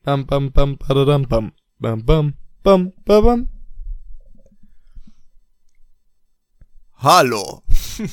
Bam, bam, bam, badadam, bam. Bam, bam, bam, bam, bam. Hallo.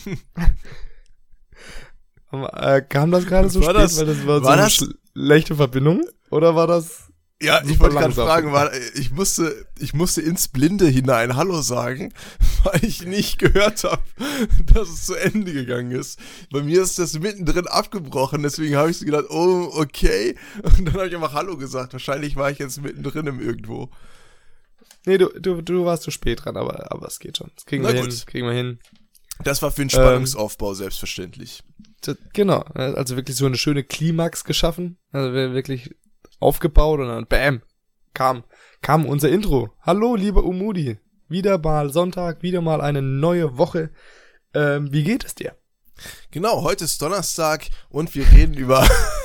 Kam das gerade so War spät, das- weil das war so war eine das- schlechte Verbindung? Oder war das... Ja, ich Super wollte gerade langsam. fragen, ich musste ins Blinde hinein Hallo sagen, weil ich nicht gehört habe, dass es zu Ende gegangen ist. Bei mir ist das mittendrin abgebrochen, deswegen habe ich so gedacht, oh, okay. Und dann habe ich einfach Hallo gesagt. Wahrscheinlich war ich jetzt mittendrin im Irgendwo. Nee, du warst zu spät dran, aber es geht schon. Das kriegen Na wir gut. hin, kriegen wir hin. Das war für den Spannungsaufbau selbstverständlich. Genau, also wirklich so eine schöne Klimax geschaffen. Also wir wirklich aufgebaut und dann bam, kam unser Intro. Hallo, lieber Umudi. Wieder mal Sonntag, wieder mal eine neue Woche. Wie geht es dir? Genau, heute ist Donnerstag und wir reden über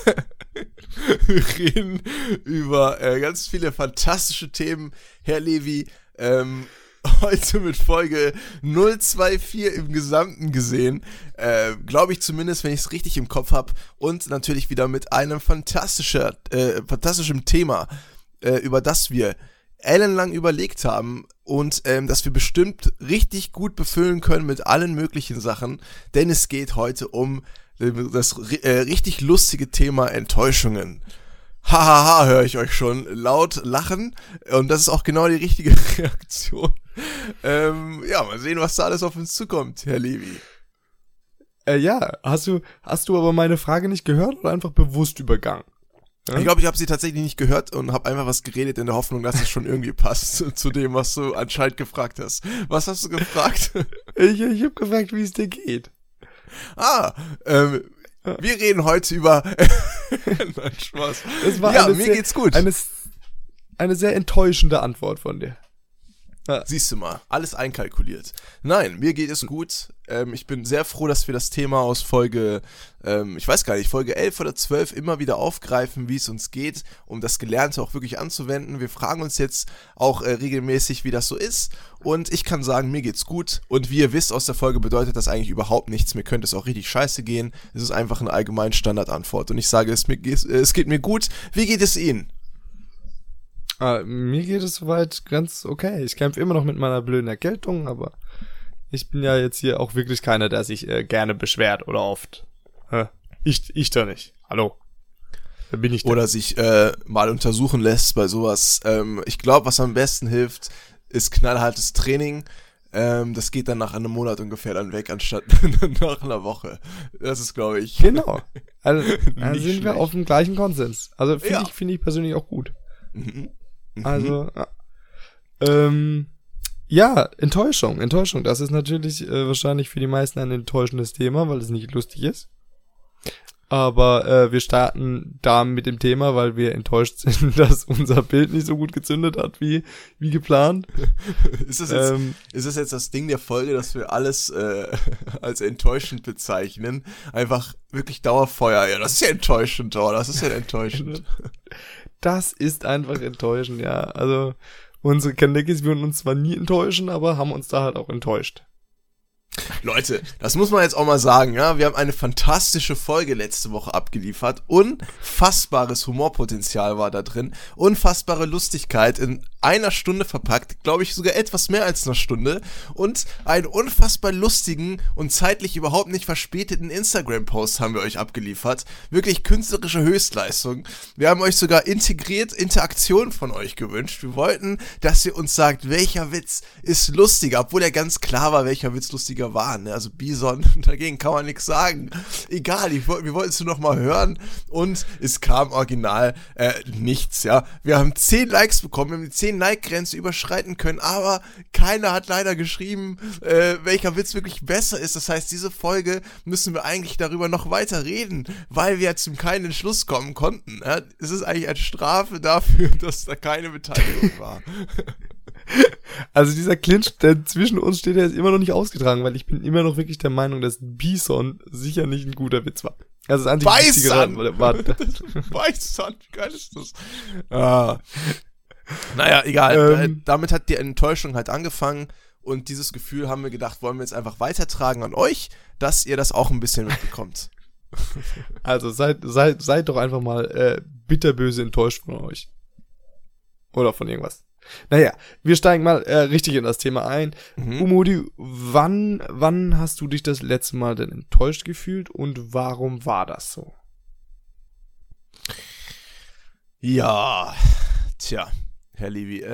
ganz viele fantastische Themen. Herr Levi, heute mit Folge 024 im Gesamten gesehen. Glaube ich zumindest, wenn ich es richtig im Kopf habe. Und natürlich wieder mit einem fantastischem Thema, über das wir ellenlang überlegt haben und das wir bestimmt richtig gut befüllen können mit allen möglichen Sachen. Denn es geht heute um das richtig lustige Thema Enttäuschungen. Hahaha, höre ich euch schon laut lachen. Und das ist auch genau die richtige Reaktion. Ja, mal sehen, was da alles auf uns zukommt, Herr Levi. Ja, hast du aber meine Frage nicht gehört oder einfach bewusst übergangen? Ja? Ich glaube, ich habe sie tatsächlich nicht gehört und habe einfach was geredet in der Hoffnung, dass es schon irgendwie passt zu dem, was du anscheinend gefragt hast. Was hast du gefragt? Ich habe gefragt, wie es dir geht. Wir reden heute über... Nein, Spaß. Es war Ja, mir geht's gut. Eine sehr enttäuschende Antwort von dir. Ja. Siehst du mal, alles einkalkuliert. Nein, mir geht es gut. Ich bin sehr froh, dass wir das Thema aus Folge 11 oder 12 immer wieder aufgreifen, wie es uns geht, um das Gelernte auch wirklich anzuwenden. Wir fragen uns jetzt auch regelmäßig, wie das so ist. Und ich kann sagen, mir geht's gut. Und wie ihr wisst aus der Folge, bedeutet das eigentlich überhaupt nichts. Mir könnte es auch richtig scheiße gehen. Es ist einfach eine allgemeine Standardantwort. Und ich sage, es geht mir gut. Wie geht es Ihnen? Mir geht es soweit ganz okay. Ich kämpfe immer noch mit meiner blöden Erkältung, aber ich bin ja jetzt hier auch wirklich keiner, der sich gerne beschwert oder oft. Ich da nicht. Hallo. Da bin ich da. Oder sich mal untersuchen lässt bei sowas. Ich glaube, was am besten hilft, ist knallhartes Training. Das geht dann nach einem Monat ungefähr dann weg, anstatt nach einer Woche. Das ist, glaube ich... Genau. Also, da Nicht sind wir schlecht. auf dem gleichen Konsens. Also Ja. finde ich persönlich auch gut. Mhm. Also, ja, Enttäuschung. Das ist natürlich wahrscheinlich für die meisten ein enttäuschendes Thema, weil es nicht lustig ist. Aber wir starten da mit dem Thema, weil wir enttäuscht sind, dass unser Bild nicht so gut gezündet hat, wie geplant. Ist das jetzt das Ding der Folge, dass wir alles als enttäuschend bezeichnen? Einfach wirklich Dauerfeuer. Ja, das ist ja enttäuschend, das ist ja enttäuschend. Das ist einfach enttäuschend, ja. Also, unsere Kanekis würden uns zwar nie enttäuschen, aber haben uns da halt auch enttäuscht. Leute, das muss man jetzt auch mal sagen, ja. Wir haben eine fantastische Folge letzte Woche abgeliefert. Unfassbares Humorpotenzial war da drin. Unfassbare Lustigkeit in einer Stunde verpackt. Glaube ich sogar etwas mehr als eine Stunde. Und einen unfassbar lustigen und zeitlich überhaupt nicht verspäteten Instagram-Post haben wir euch abgeliefert. Wirklich künstlerische Höchstleistung. Wir haben euch sogar Interaktion von euch gewünscht. Wir wollten, dass ihr uns sagt, welcher Witz ist lustiger. Obwohl ja ganz klar war, welcher Witz lustiger war. Ne? Also Bison, dagegen kann man nichts sagen. Egal, wir wollten es nur noch mal hören. Und es kam original nichts, ja. Wir haben 10 Likes bekommen, wir haben die 10-Like-Grenze überschreiten können, aber keiner hat leider geschrieben, welcher Witz wirklich besser ist. Das heißt, diese Folge müssen wir eigentlich darüber noch weiter reden, weil wir zum keinen Entschluss kommen konnten. Ja? Es ist eigentlich eine Strafe dafür, dass da keine Beteiligung war. Also dieser Clinch, der zwischen uns steht, der ist immer noch nicht ausgetragen, weil ich bin immer noch wirklich der Meinung, dass Bison sicher nicht ein guter Witz war. Also das einzige Bison! war Bison, wie geil ist das? Naja, egal. Damit hat die Enttäuschung halt angefangen und dieses Gefühl haben wir gedacht, wollen wir jetzt einfach weitertragen an euch, dass ihr das auch ein bisschen mitbekommt. Also seid doch einfach mal bitterböse enttäuscht von euch. Oder von irgendwas. Naja, wir steigen mal richtig in das Thema ein. Umudi, wann hast du dich das letzte Mal denn enttäuscht gefühlt und warum war das so? Ja, tja, Herr Levi,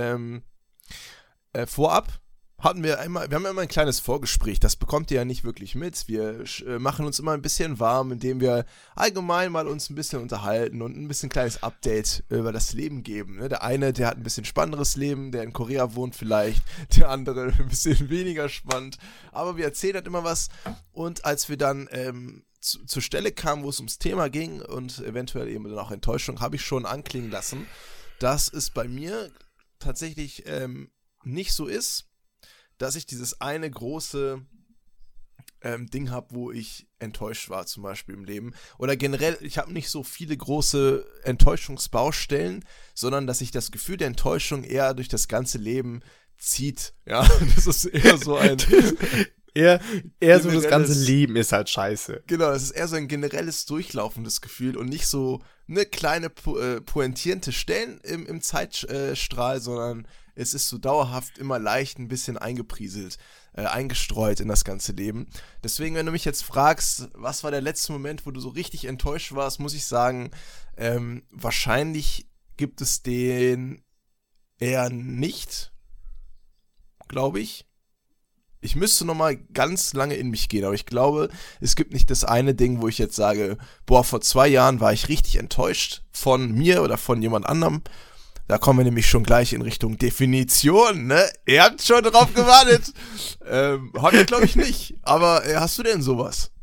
vorab haben wir haben immer ein kleines Vorgespräch, das bekommt ihr ja nicht wirklich mit. Wir machen uns immer ein bisschen warm, indem wir allgemein mal uns ein bisschen unterhalten und ein bisschen kleines Update über das Leben geben. Ne? Der eine, der hat ein bisschen spannenderes Leben, der in Korea wohnt vielleicht, der andere ein bisschen weniger spannend. Aber wir erzählen halt immer was und als wir dann zur Stelle kamen, wo es ums Thema ging und eventuell eben dann auch Enttäuschung, habe ich schon anklingen lassen, dass es bei mir tatsächlich nicht so ist, dass ich dieses eine große Ding habe, wo ich enttäuscht war, zum Beispiel im Leben. Oder generell, ich habe nicht so viele große Enttäuschungsbaustellen, sondern dass sich das Gefühl der Enttäuschung eher durch das ganze Leben zieht. Ja, das ist eher so ein... eher so das ganze Leben ist halt scheiße. Genau, es ist eher so ein generelles durchlaufendes Gefühl und nicht so eine kleine pointierende Stellen im Zeitstrahl, sondern es ist so dauerhaft immer leicht ein bisschen eingeprieselt, eingestreut in das ganze Leben. Deswegen, wenn du mich jetzt fragst, was war der letzte Moment, wo du so richtig enttäuscht warst, muss ich sagen, wahrscheinlich gibt es den eher nicht, glaube ich. Ich müsste nochmal ganz lange in mich gehen, aber ich glaube, es gibt nicht das eine Ding, wo ich jetzt sage, boah, vor 2 Jahren war ich richtig enttäuscht von mir oder von jemand anderem. Da kommen wir nämlich schon gleich in Richtung Definition, ne? Ihr habt schon drauf gewartet. Hab ich, glaube ich, nicht. Aber hast du denn sowas?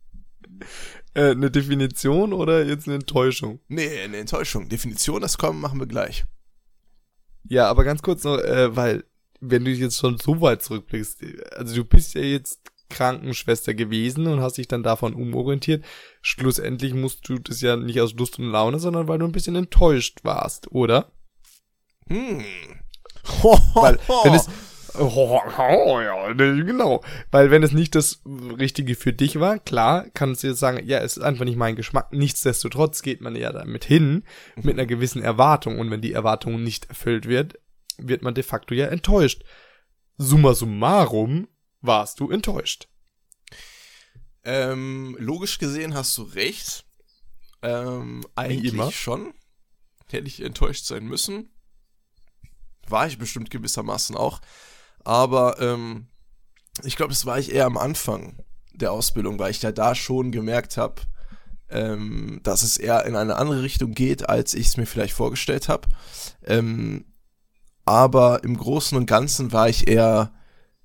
Eine Definition oder jetzt eine Enttäuschung? Nee, eine Enttäuschung. Definition, das machen wir gleich. Ja, aber ganz kurz noch, weil, wenn du jetzt schon so weit zurückblickst, also du bist ja jetzt Krankenschwester gewesen und hast dich dann davon umorientiert. Schlussendlich musst du das ja nicht aus Lust und Laune, sondern weil du ein bisschen enttäuscht warst, oder? Weil, wenn es ja, genau. Weil wenn es nicht das Richtige für dich war, klar, kannst du jetzt sagen, ja, es ist einfach nicht mein Geschmack. Nichtsdestotrotz geht man ja damit hin, mit einer gewissen Erwartung. Und wenn die Erwartung nicht erfüllt wird, wird man de facto ja enttäuscht. Summa summarum warst du enttäuscht. Logisch gesehen hast du recht. Eigentlich immer. schon. Hätte ich enttäuscht sein müssen. War ich bestimmt gewissermaßen auch. Aber ich glaube, das war ich eher am Anfang der Ausbildung, weil ich da schon gemerkt habe, dass es eher in eine andere Richtung geht, als ich es mir vielleicht vorgestellt habe. Aber im Großen und Ganzen war ich eher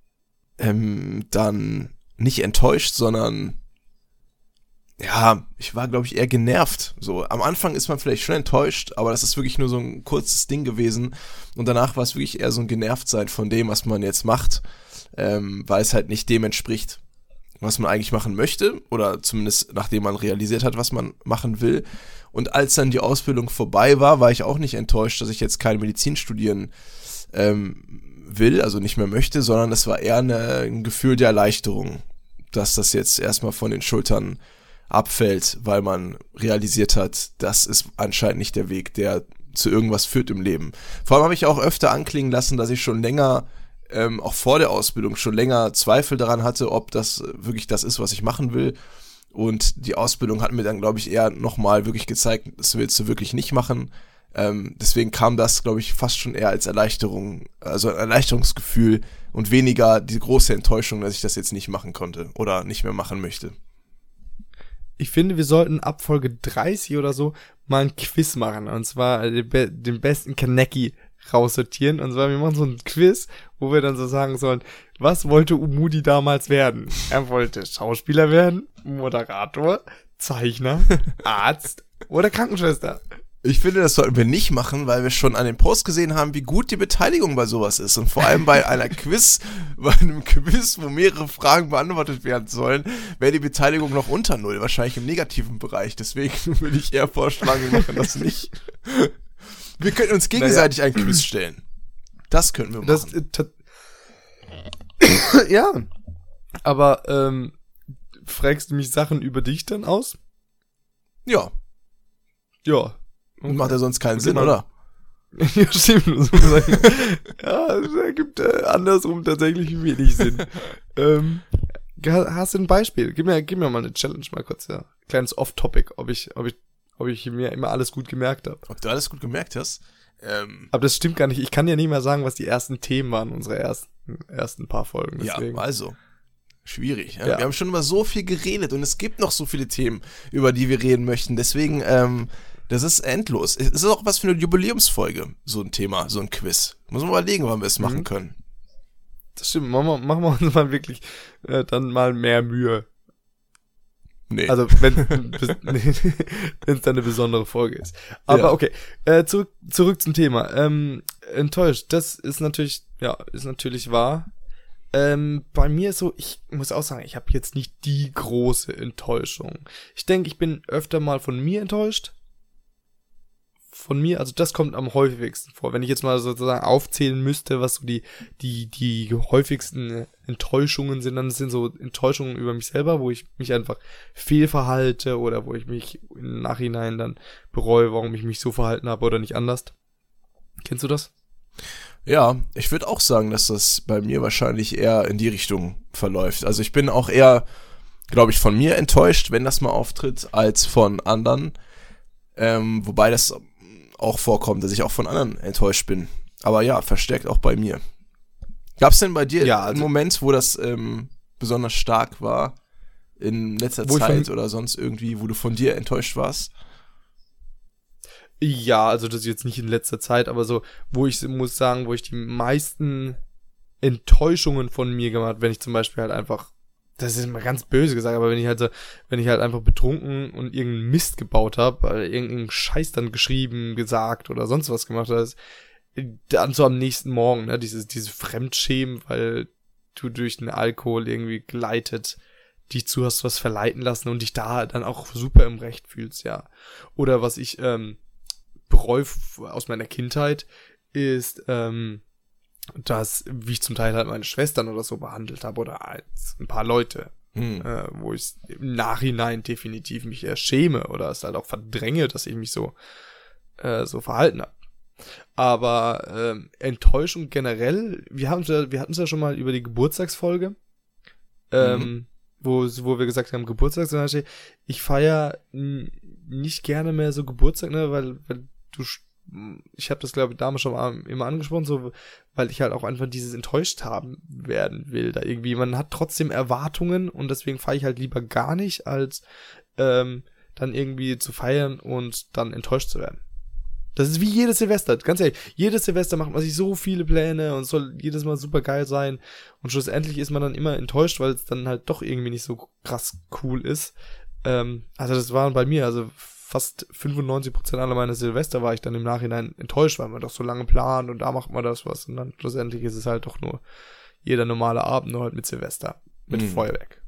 dann nicht enttäuscht, sondern ja, ich war, glaube ich, eher genervt. So, am Anfang ist man vielleicht schon enttäuscht, aber das ist wirklich nur so ein kurzes Ding gewesen. Und danach war es wirklich eher so ein Genervtsein von dem, was man jetzt macht, weil es halt nicht dem entspricht, was man eigentlich machen möchte oder zumindest nachdem man realisiert hat, was man machen will. Und als dann die Ausbildung vorbei war ich auch nicht enttäuscht, dass ich jetzt keine Medizin studieren will, also nicht mehr möchte, sondern es war eher ein Gefühl der Erleichterung, dass das jetzt erstmal von den Schultern abfällt, weil man realisiert hat, das ist anscheinend nicht der Weg, der zu irgendwas führt im Leben. Vor allem habe ich auch öfter anklingen lassen, dass ich schon länger, auch vor der Ausbildung, schon länger Zweifel daran hatte, ob das wirklich das ist, was ich machen will. Und die Ausbildung hat mir dann, glaube ich, eher nochmal wirklich gezeigt, das willst du wirklich nicht machen. Deswegen kam das, glaube ich, fast schon eher als Erleichterung, also ein Erleichterungsgefühl und weniger die große Enttäuschung, dass ich das jetzt nicht machen konnte oder nicht mehr machen möchte. Ich finde, wir sollten ab Folge 30 oder so mal ein Quiz machen. Und zwar den besten Kaneki raussortieren. Und zwar, wir machen so ein Quiz, wo wir dann so sagen sollen, was wollte Umudi damals werden? Er wollte Schauspieler werden, Moderator, Zeichner, Arzt oder Krankenschwester. Ich finde, das sollten wir nicht machen, weil wir schon an dem Post gesehen haben, wie gut die Beteiligung bei sowas ist. Und vor allem bei einem Quiz, wo mehrere Fragen beantwortet werden sollen, wäre die Beteiligung noch unter 0, wahrscheinlich im negativen Bereich. Deswegen würde ich eher vorschlagen, wir machen das nicht. Wir könnten uns gegenseitig ein Quiz stellen. Das könnten wir machen. Ja, aber fragst du mich Sachen über dich dann aus? Ja. Ja. Okay. Macht ja sonst keinen Sinn, mal, oder? Ja, stimmt. Ja, das ergibt andersrum tatsächlich wenig Sinn. Hast du ein Beispiel? Gib mir mal eine Challenge, mal kurz, ja. Kleines Off-Topic, ob ich mir immer alles gut gemerkt habe. Ob du alles gut gemerkt hast? Aber das stimmt gar nicht. Ich kann ja nicht mal sagen, was die ersten Themen waren, unsere ersten paar Folgen. Deswegen. Ja, also. Schwierig. Ja? Wir haben schon über so viel geredet und es gibt noch so viele Themen, über die wir reden möchten. Deswegen, das ist endlos. Es ist auch was für eine Jubiläumsfolge, so ein Thema, so ein Quiz. Muss man mal überlegen, wann wir es machen können. Das stimmt. Machen wir uns mal wirklich dann mal mehr Mühe. Nee. Also, wenn es dann eine besondere Folge ist. Aber ja. Okay, zurück zum Thema. Enttäuscht, das ist natürlich wahr. Bei mir ist so, ich muss auch sagen, ich habe jetzt nicht die große Enttäuschung. Ich denke, ich bin öfter mal von mir enttäuscht. Von mir, also das kommt am häufigsten vor. Wenn ich jetzt mal sozusagen aufzählen müsste, was so die häufigsten Enttäuschungen sind, dann sind so Enttäuschungen über mich selber, wo ich mich einfach fehlverhalte oder wo ich mich im Nachhinein dann bereue, warum ich mich so verhalten habe oder nicht anders. Kennst du das? Ja, ich würde auch sagen, dass das bei mir wahrscheinlich eher in die Richtung verläuft. Also ich bin auch eher, glaube ich, von mir enttäuscht, wenn das mal auftritt, als von anderen. Wobei das auch vorkommt, dass ich auch von anderen enttäuscht bin. Aber ja, verstärkt auch bei mir. Gab es denn bei dir einen Moment, wo das besonders stark war in letzter Zeit oder sonst irgendwie, wo du von dir enttäuscht warst? Ja, also das ist jetzt nicht in letzter Zeit, aber so, wo ich die meisten Enttäuschungen von mir gemacht habe, wenn ich zum Beispiel halt einfach, das ist immer ganz böse gesagt, aber wenn ich halt einfach betrunken und irgendeinen Mist gebaut habe, irgendeinen Scheiß dann geschrieben, gesagt oder sonst was gemacht habe, dann so am nächsten Morgen, ne, diese Fremdschämen, weil du durch den Alkohol irgendwie geleitet dich zu hast was verleiten lassen und dich da dann auch super im Recht fühlst, ja. Oder was ich bereue aus meiner Kindheit ist, dass, wie ich zum Teil halt meine Schwestern oder so behandelt habe oder als ein paar Leute, wo ich im Nachhinein definitiv mich eher schäme oder es halt auch verdränge, dass ich mich so verhalten habe. Aber Enttäuschung generell, wir hatten es ja schon mal über die Geburtstagsfolge, wo wir gesagt haben, Geburtstag zum Beispiel, ich feiere nicht gerne mehr so Geburtstag, ne, weil ich habe das, glaube ich, damals schon immer angesprochen, so, weil ich halt auch einfach dieses enttäuscht haben werden will, da irgendwie, man hat trotzdem Erwartungen und deswegen feiere ich halt lieber gar nicht, als dann irgendwie zu feiern und dann enttäuscht zu werden. Das ist wie jedes Silvester, ganz ehrlich, jedes Silvester macht man sich so viele Pläne und es soll jedes Mal super geil sein und schlussendlich ist man dann immer enttäuscht, weil es dann halt doch irgendwie nicht so krass cool ist. Also das war bei mir, also fast 95% aller meiner Silvester war ich dann im Nachhinein enttäuscht, weil man doch so lange plant und da macht man das was und dann schlussendlich ist es halt doch nur jeder normale Abend, nur halt mit Silvester, mit Feuerwerk.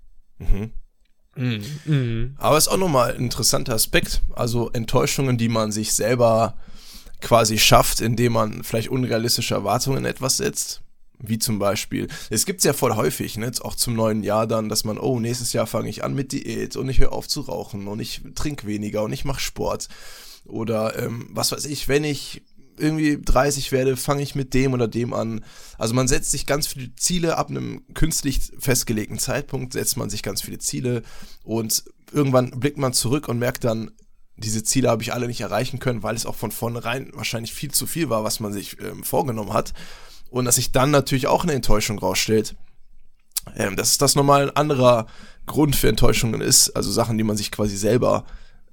Aber ist auch nochmal ein interessanter Aspekt, also Enttäuschungen, die man sich selber quasi schafft, indem man vielleicht unrealistische Erwartungen in etwas setzt. Wie zum Beispiel, es gibt's ja voll häufig, ne, jetzt auch zum neuen Jahr dann, dass man, nächstes Jahr fange ich an mit Diät und ich höre auf zu rauchen und ich trinke weniger und ich mache Sport. Oder was weiß ich, wenn ich irgendwie 30 werde, fange ich mit dem oder dem an. Also man setzt sich ganz viele Ziele, ab einem künstlich festgelegten Zeitpunkt setzt man sich ganz viele Ziele und irgendwann blickt man zurück und merkt dann, diese Ziele habe ich alle nicht erreichen können, weil es auch von vornherein wahrscheinlich viel zu viel war, was man sich vorgenommen hat. Und dass sich dann natürlich auch eine Enttäuschung rausstellt, dass das nochmal ein anderer Grund für Enttäuschungen ist, also Sachen, die man sich quasi selber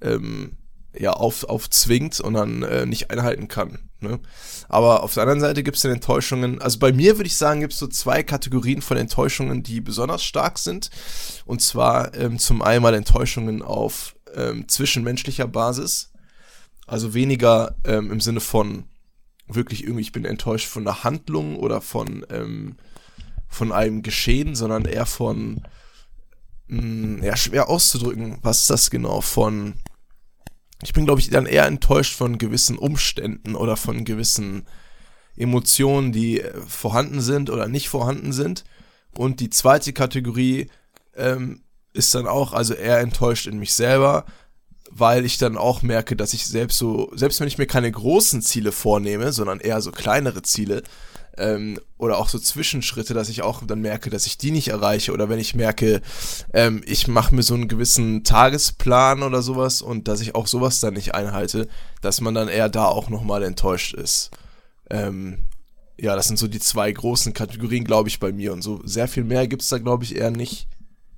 aufzwingt und dann nicht einhalten kann. Ne? Aber auf der anderen Seite gibt es dann Enttäuschungen, also bei mir würde ich sagen, gibt es so 2 Kategorien von Enttäuschungen, die besonders stark sind. Und zwar zum einen mal Enttäuschungen auf zwischenmenschlicher Basis, also weniger im Sinne von wirklich irgendwie, ich bin enttäuscht von einer Handlung oder von einem Geschehen, sondern eher von, schwer auszudrücken, was ist das genau, ich bin, glaube ich, dann eher enttäuscht von gewissen Umständen oder von gewissen Emotionen, die vorhanden sind oder nicht vorhanden sind. Und die zweite Kategorie ist dann auch, also eher enttäuscht in mich selber, weil ich dann auch merke, dass ich selbst wenn ich mir keine großen Ziele vornehme, sondern eher so kleinere Ziele, oder auch so Zwischenschritte, dass ich auch dann merke, dass ich die nicht erreiche, oder wenn ich merke, ich mache mir so einen gewissen Tagesplan oder sowas und dass ich auch sowas dann nicht einhalte, dass man dann eher da auch nochmal enttäuscht ist. Ja, das sind so die 2 großen Kategorien, glaube ich, bei mir, und so sehr viel mehr gibt's da, glaube ich, eher nicht.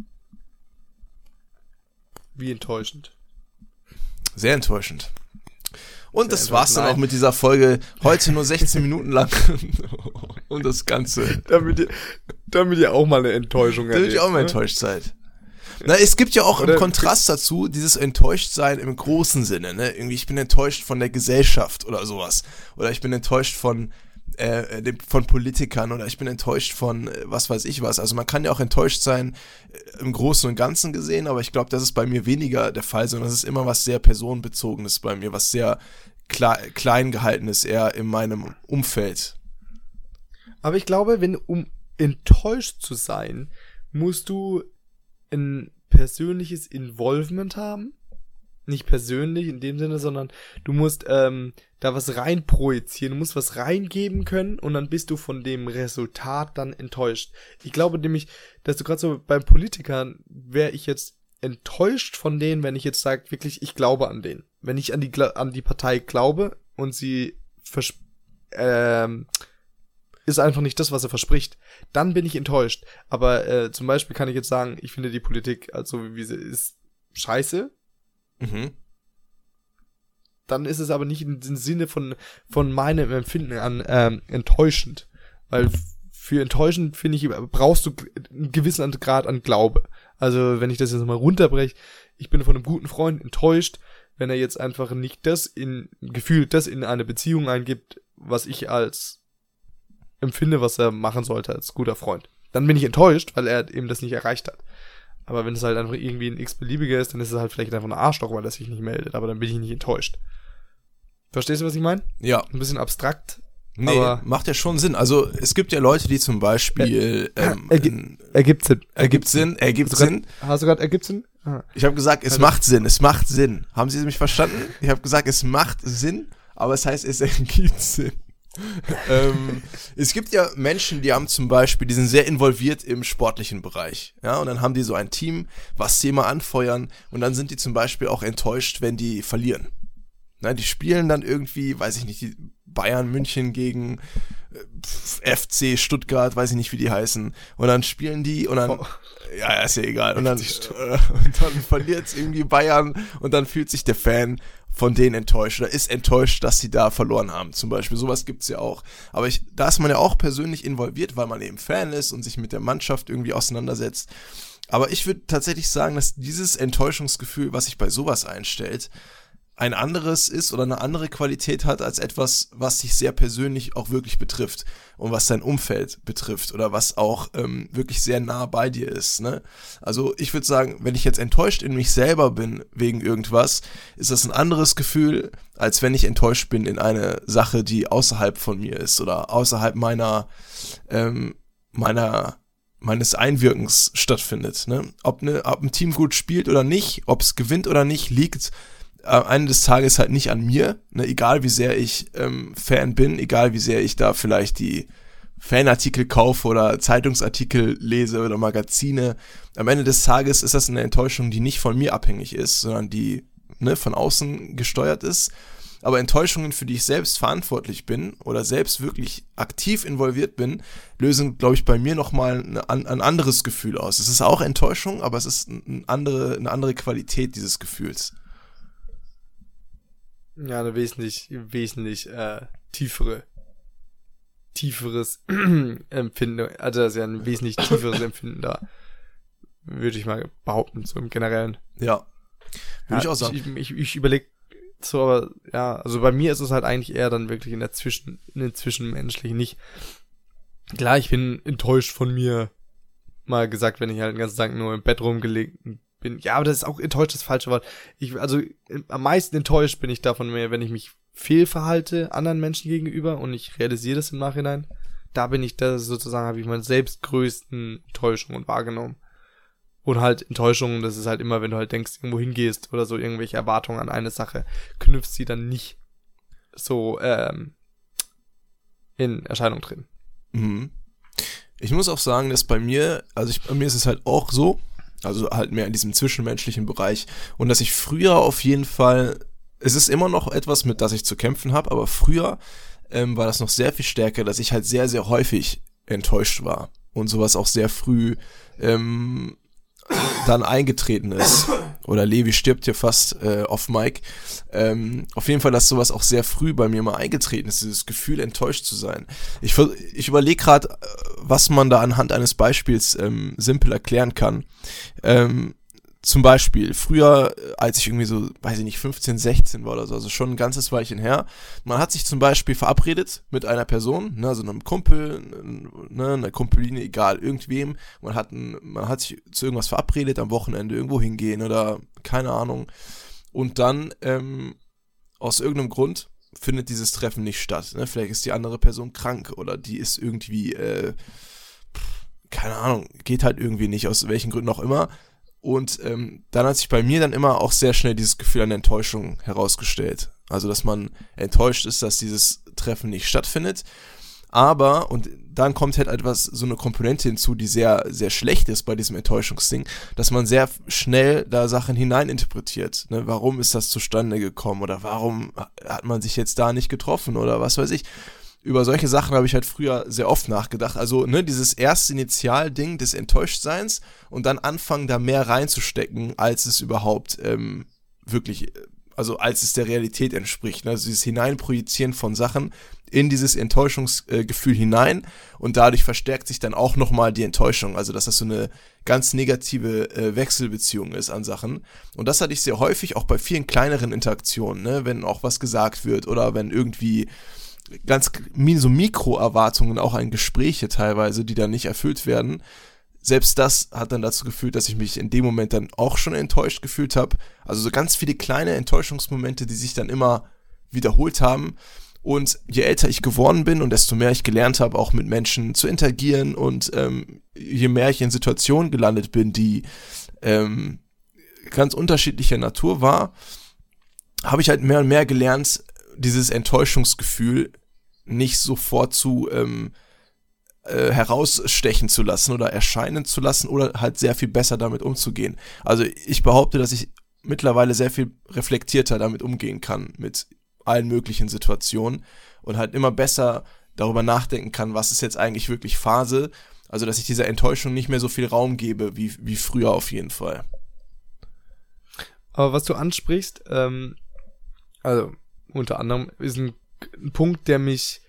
Wie enttäuschend. Sehr enttäuschend. Und Sehr das war's dann nein. auch mit dieser Folge. Heute nur 16 Minuten lang. Und das Ganze. Damit ihr auch mal eine Enttäuschung erlebt. Damit ihr auch mal enttäuscht seid. Na, es gibt ja auch Oder im Kontrast dazu dieses Enttäuschtsein im großen Sinne, ne? Irgendwie, ich bin enttäuscht von der Gesellschaft oder sowas. Oder ich bin enttäuscht von Politikern, oder ich bin enttäuscht von was weiß ich was. Also man kann ja auch enttäuscht sein im Großen und Ganzen gesehen, aber ich glaube, das ist bei mir weniger der Fall, sondern es ist immer was sehr Personenbezogenes bei mir, was sehr klein gehalten ist, eher in meinem Umfeld. Aber ich glaube, um enttäuscht zu sein, musst du ein persönliches Involvement haben. Nicht persönlich in dem Sinne, sondern du musst da was rein projizieren, du musst was reingeben können und dann bist du von dem Resultat dann enttäuscht. Ich glaube nämlich, dass du gerade so beim Politikern wäre ich jetzt enttäuscht von denen, wenn ich jetzt sage, wirklich, ich glaube an den. Wenn ich an die Partei glaube und sie ist einfach nicht das, was er verspricht, dann bin ich enttäuscht. Aber zum Beispiel kann ich jetzt sagen, ich finde die Politik, also wie sie ist, scheiße. Mhm. Dann ist es aber nicht im Sinne von meinem Empfinden an enttäuschend. Weil für enttäuschend, finde ich, brauchst du einen gewissen Grad an Glaube. Also wenn ich das jetzt mal runterbreche, ich bin von einem guten Freund enttäuscht, wenn er jetzt einfach nicht gefühlt das in eine Beziehung eingibt, was ich als empfinde, was er machen sollte als guter Freund. Dann bin ich enttäuscht, weil er eben das nicht erreicht hat. Aber wenn es halt einfach irgendwie ein x-beliebiger ist, dann ist es halt vielleicht einfach ein Arschloch, weil er sich nicht meldet. Aber dann bin ich nicht enttäuscht. Verstehst du, was ich meine? Ja. Ein bisschen abstrakt. Nee, aber macht ja schon Sinn. Also es gibt ja Leute, die zum Beispiel ergibt Sinn. Ergibt Sinn. Hast du gerade ergibt Sinn? Ah. Ich habe gesagt, es macht Sinn. Haben Sie mich verstanden? Ich habe gesagt, es macht Sinn, aber es heißt, es ergibt Sinn. Es gibt ja Menschen, die haben zum Beispiel, die sind sehr involviert im sportlichen Bereich, ja, und dann haben die so ein Team, was sie immer anfeuern, und dann sind die zum Beispiel auch enttäuscht, wenn die verlieren. Na, die spielen dann irgendwie, weiß ich nicht, die Bayern München gegen FC Stuttgart, weiß ich nicht, wie die heißen, und dann spielen die und dann, ja, ist ja egal, und dann verliert es irgendwie Bayern und dann fühlt sich der Fan von denen enttäuscht oder ist enttäuscht, dass sie da verloren haben, zum Beispiel. Sowas gibt's ja auch. Aber da ist man ja auch persönlich involviert, weil man eben Fan ist und sich mit der Mannschaft irgendwie auseinandersetzt. Aber ich würde tatsächlich sagen, dass dieses Enttäuschungsgefühl, was sich bei sowas einstellt, ein anderes ist oder eine andere Qualität hat als etwas, was dich sehr persönlich auch wirklich betrifft und was dein Umfeld betrifft oder was auch wirklich sehr nah bei dir ist, ne? Also ich würde sagen, wenn ich jetzt enttäuscht in mich selber bin wegen irgendwas, ist das ein anderes Gefühl, als wenn ich enttäuscht bin in eine Sache, die außerhalb von mir ist oder außerhalb meines Einwirkens stattfindet, ne? Ob ein Team gut spielt oder nicht, ob es gewinnt oder nicht, liegt am Ende des Tages halt nicht an mir, ne? Egal wie sehr ich Fan bin, egal wie sehr ich da vielleicht die Fanartikel kaufe oder Zeitungsartikel lese oder Magazine, am Ende des Tages ist das eine Enttäuschung, die nicht von mir abhängig ist, sondern die, ne, von außen gesteuert ist. Aber Enttäuschungen, für die ich selbst verantwortlich bin oder selbst wirklich aktiv involviert bin, lösen, glaube ich, bei mir nochmal ein anderes Gefühl aus. Es ist auch Enttäuschung, aber es ist eine andere Qualität dieses Gefühls. Ja, eine wesentlich tieferes Empfinden, also das ist ja ein wesentlich tieferes Empfinden da, würde ich mal behaupten, so im Generellen. Ja, würde ich auch sagen. Ich überlege so, aber ja, also bei mir ist es halt eigentlich eher dann wirklich in den Zwischenmenschlichen nicht. Klar, ich bin enttäuscht von mir, mal gesagt, wenn ich halt den ganzen Tag nur im Bett rumgelegt bin. Ja, aber das ist auch enttäuscht das falsche Wort. Am meisten enttäuscht bin ich davon mehr, wenn ich mich fehlverhalte anderen Menschen gegenüber und ich realisiere das im Nachhinein. Da bin ich da sozusagen, habe ich meine selbst größten Enttäuschungen wahrgenommen. Und halt Enttäuschungen, das ist halt immer, wenn du halt denkst, irgendwo hingehst oder so irgendwelche Erwartungen an eine Sache, knüpfst sie dann nicht so in Erscheinung treten. Mhm. Ich muss auch sagen, dass bei mir ist es halt auch so, also halt mehr in diesem zwischenmenschlichen Bereich und dass ich früher auf jeden Fall, es ist immer noch etwas, mit das ich zu kämpfen habe, aber früher war das noch sehr viel stärker, dass ich halt sehr, sehr häufig enttäuscht war und sowas auch sehr früh dann eingetreten ist. Oder Levi stirbt hier fast off Mic. Auf jeden Fall, dass sowas auch sehr früh bei mir mal eingetreten ist, dieses Gefühl, enttäuscht zu sein. Ich überlege gerade, was man da anhand eines Beispiels simpel erklären kann. Zum Beispiel, früher, als ich irgendwie so, weiß ich nicht, 15, 16 war oder so, also schon ein ganzes Weilchen her, man hat sich zum Beispiel verabredet mit einer Person, ne, also einem Kumpel, ne, einer Kumpeline, egal, irgendwem, man hat sich zu irgendwas verabredet, am Wochenende irgendwo hingehen oder keine Ahnung, und dann, aus irgendeinem Grund findet dieses Treffen nicht statt, ne, vielleicht ist die andere Person krank oder die ist irgendwie, keine Ahnung, geht halt irgendwie nicht, aus welchen Gründen auch immer. Und dann hat sich bei mir dann immer auch sehr schnell dieses Gefühl an Enttäuschung herausgestellt. Also, dass man enttäuscht ist, dass dieses Treffen nicht stattfindet. Aber, und dann kommt halt so eine Komponente hinzu, die sehr, sehr schlecht ist bei diesem Enttäuschungsding, dass man sehr schnell da Sachen hineininterpretiert. Ne? Warum ist das zustande gekommen? Oder warum hat man sich jetzt da nicht getroffen? Oder was weiß ich. Über solche Sachen habe ich halt früher sehr oft nachgedacht. Also, ne, dieses erste Initialding des Enttäuschtseins und dann anfangen, da mehr reinzustecken, als es überhaupt wirklich, also als es der Realität entspricht. Ne? Also dieses Hineinprojizieren von Sachen in dieses Enttäuschungsgefühl hinein und dadurch verstärkt sich dann auch nochmal die Enttäuschung. Also, dass das so eine ganz negative Wechselbeziehung ist an Sachen. Und das hatte ich sehr häufig, auch bei vielen kleineren Interaktionen, ne? Wenn auch was gesagt wird oder wenn irgendwie ganz so Mikroerwartungen auch an Gespräche teilweise, die dann nicht erfüllt werden. Selbst das hat dann dazu geführt, dass ich mich in dem Moment dann auch schon enttäuscht gefühlt habe. Also so ganz viele kleine Enttäuschungsmomente, die sich dann immer wiederholt haben. Und je älter ich geworden bin und desto mehr ich gelernt habe, auch mit Menschen zu interagieren und je mehr ich in Situationen gelandet bin, die ganz unterschiedlicher Natur war, habe ich halt mehr und mehr gelernt, dieses Enttäuschungsgefühl nicht sofort zu herausstechen zu lassen oder erscheinen zu lassen oder halt sehr viel besser damit umzugehen. Also ich behaupte, dass ich mittlerweile sehr viel reflektierter damit umgehen kann, mit allen möglichen Situationen und halt immer besser darüber nachdenken kann, was ist jetzt eigentlich wirklich Phase, also dass ich dieser Enttäuschung nicht mehr so viel Raum gebe, wie früher auf jeden Fall. Aber was du ansprichst, also unter anderem ist ein Punkt, der mich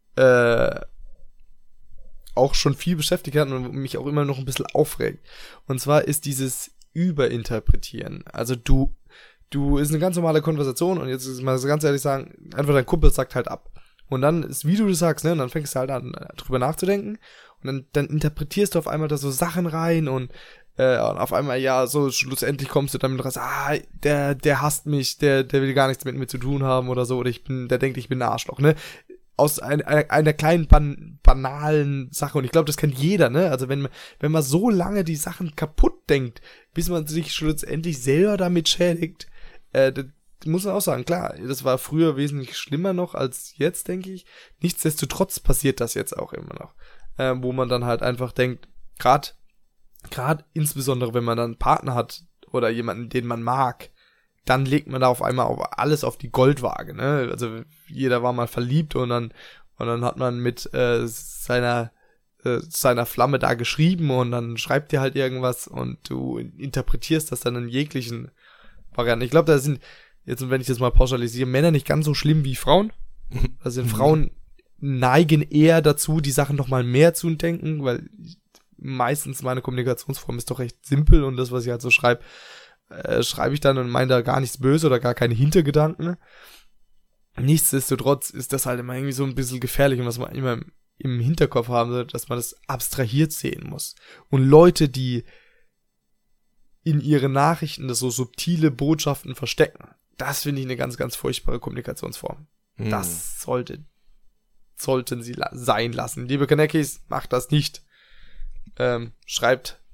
auch schon viel beschäftigt hat und mich auch immer noch ein bisschen aufregt. Und zwar ist dieses Überinterpretieren. Also du ist eine ganz normale Konversation und jetzt ist mal so ganz ehrlich sagen, einfach dein Kumpel sagt halt ab. Und dann ist, wie du das sagst, ne, und dann fängst du halt an, drüber nachzudenken und dann interpretierst du auf einmal da so Sachen rein und auf einmal, ja, so schlussendlich kommst du damit raus, der hasst mich, der will gar nichts mit mir zu tun haben oder so, oder der denkt, ich bin ein Arschloch, ne? Aus einer kleinen banalen Sache, und ich glaube, das kennt jeder, ne? Also wenn man so lange die Sachen kaputt denkt, bis man sich schlussendlich selber damit schädigt, das muss man auch sagen, klar, das war früher wesentlich schlimmer noch als jetzt, denke ich. Nichtsdestotrotz passiert das jetzt auch immer noch, wo man dann halt einfach denkt, gerade insbesondere, wenn man dann einen Partner hat oder jemanden, den man mag, dann legt man da auf einmal alles auf die Goldwaage, ne? Also jeder war mal verliebt und dann hat man mit seiner Flamme da geschrieben und dann schreibt ihr halt irgendwas und du interpretierst das dann in jeglichen Varianten. Ich glaube, da sind, jetzt wenn ich das mal pauschalisiere, Männer nicht ganz so schlimm wie Frauen. Also Frauen neigen eher dazu, die Sachen nochmal mehr zu denken, weil meistens meine Kommunikationsform ist doch recht simpel und das, was ich halt so schreibe ich dann und meine da gar nichts böse oder gar keine Hintergedanken. Nichtsdestotrotz ist das halt immer irgendwie so ein bisschen gefährlich und was man immer im Hinterkopf haben sollte, dass man das abstrahiert sehen muss. Und Leute, die in ihren Nachrichten das so subtile Botschaften verstecken, das finde ich eine ganz, ganz furchtbare Kommunikationsform. Das sollten sie sein lassen. Liebe Kanekis, macht das nicht. Schreibt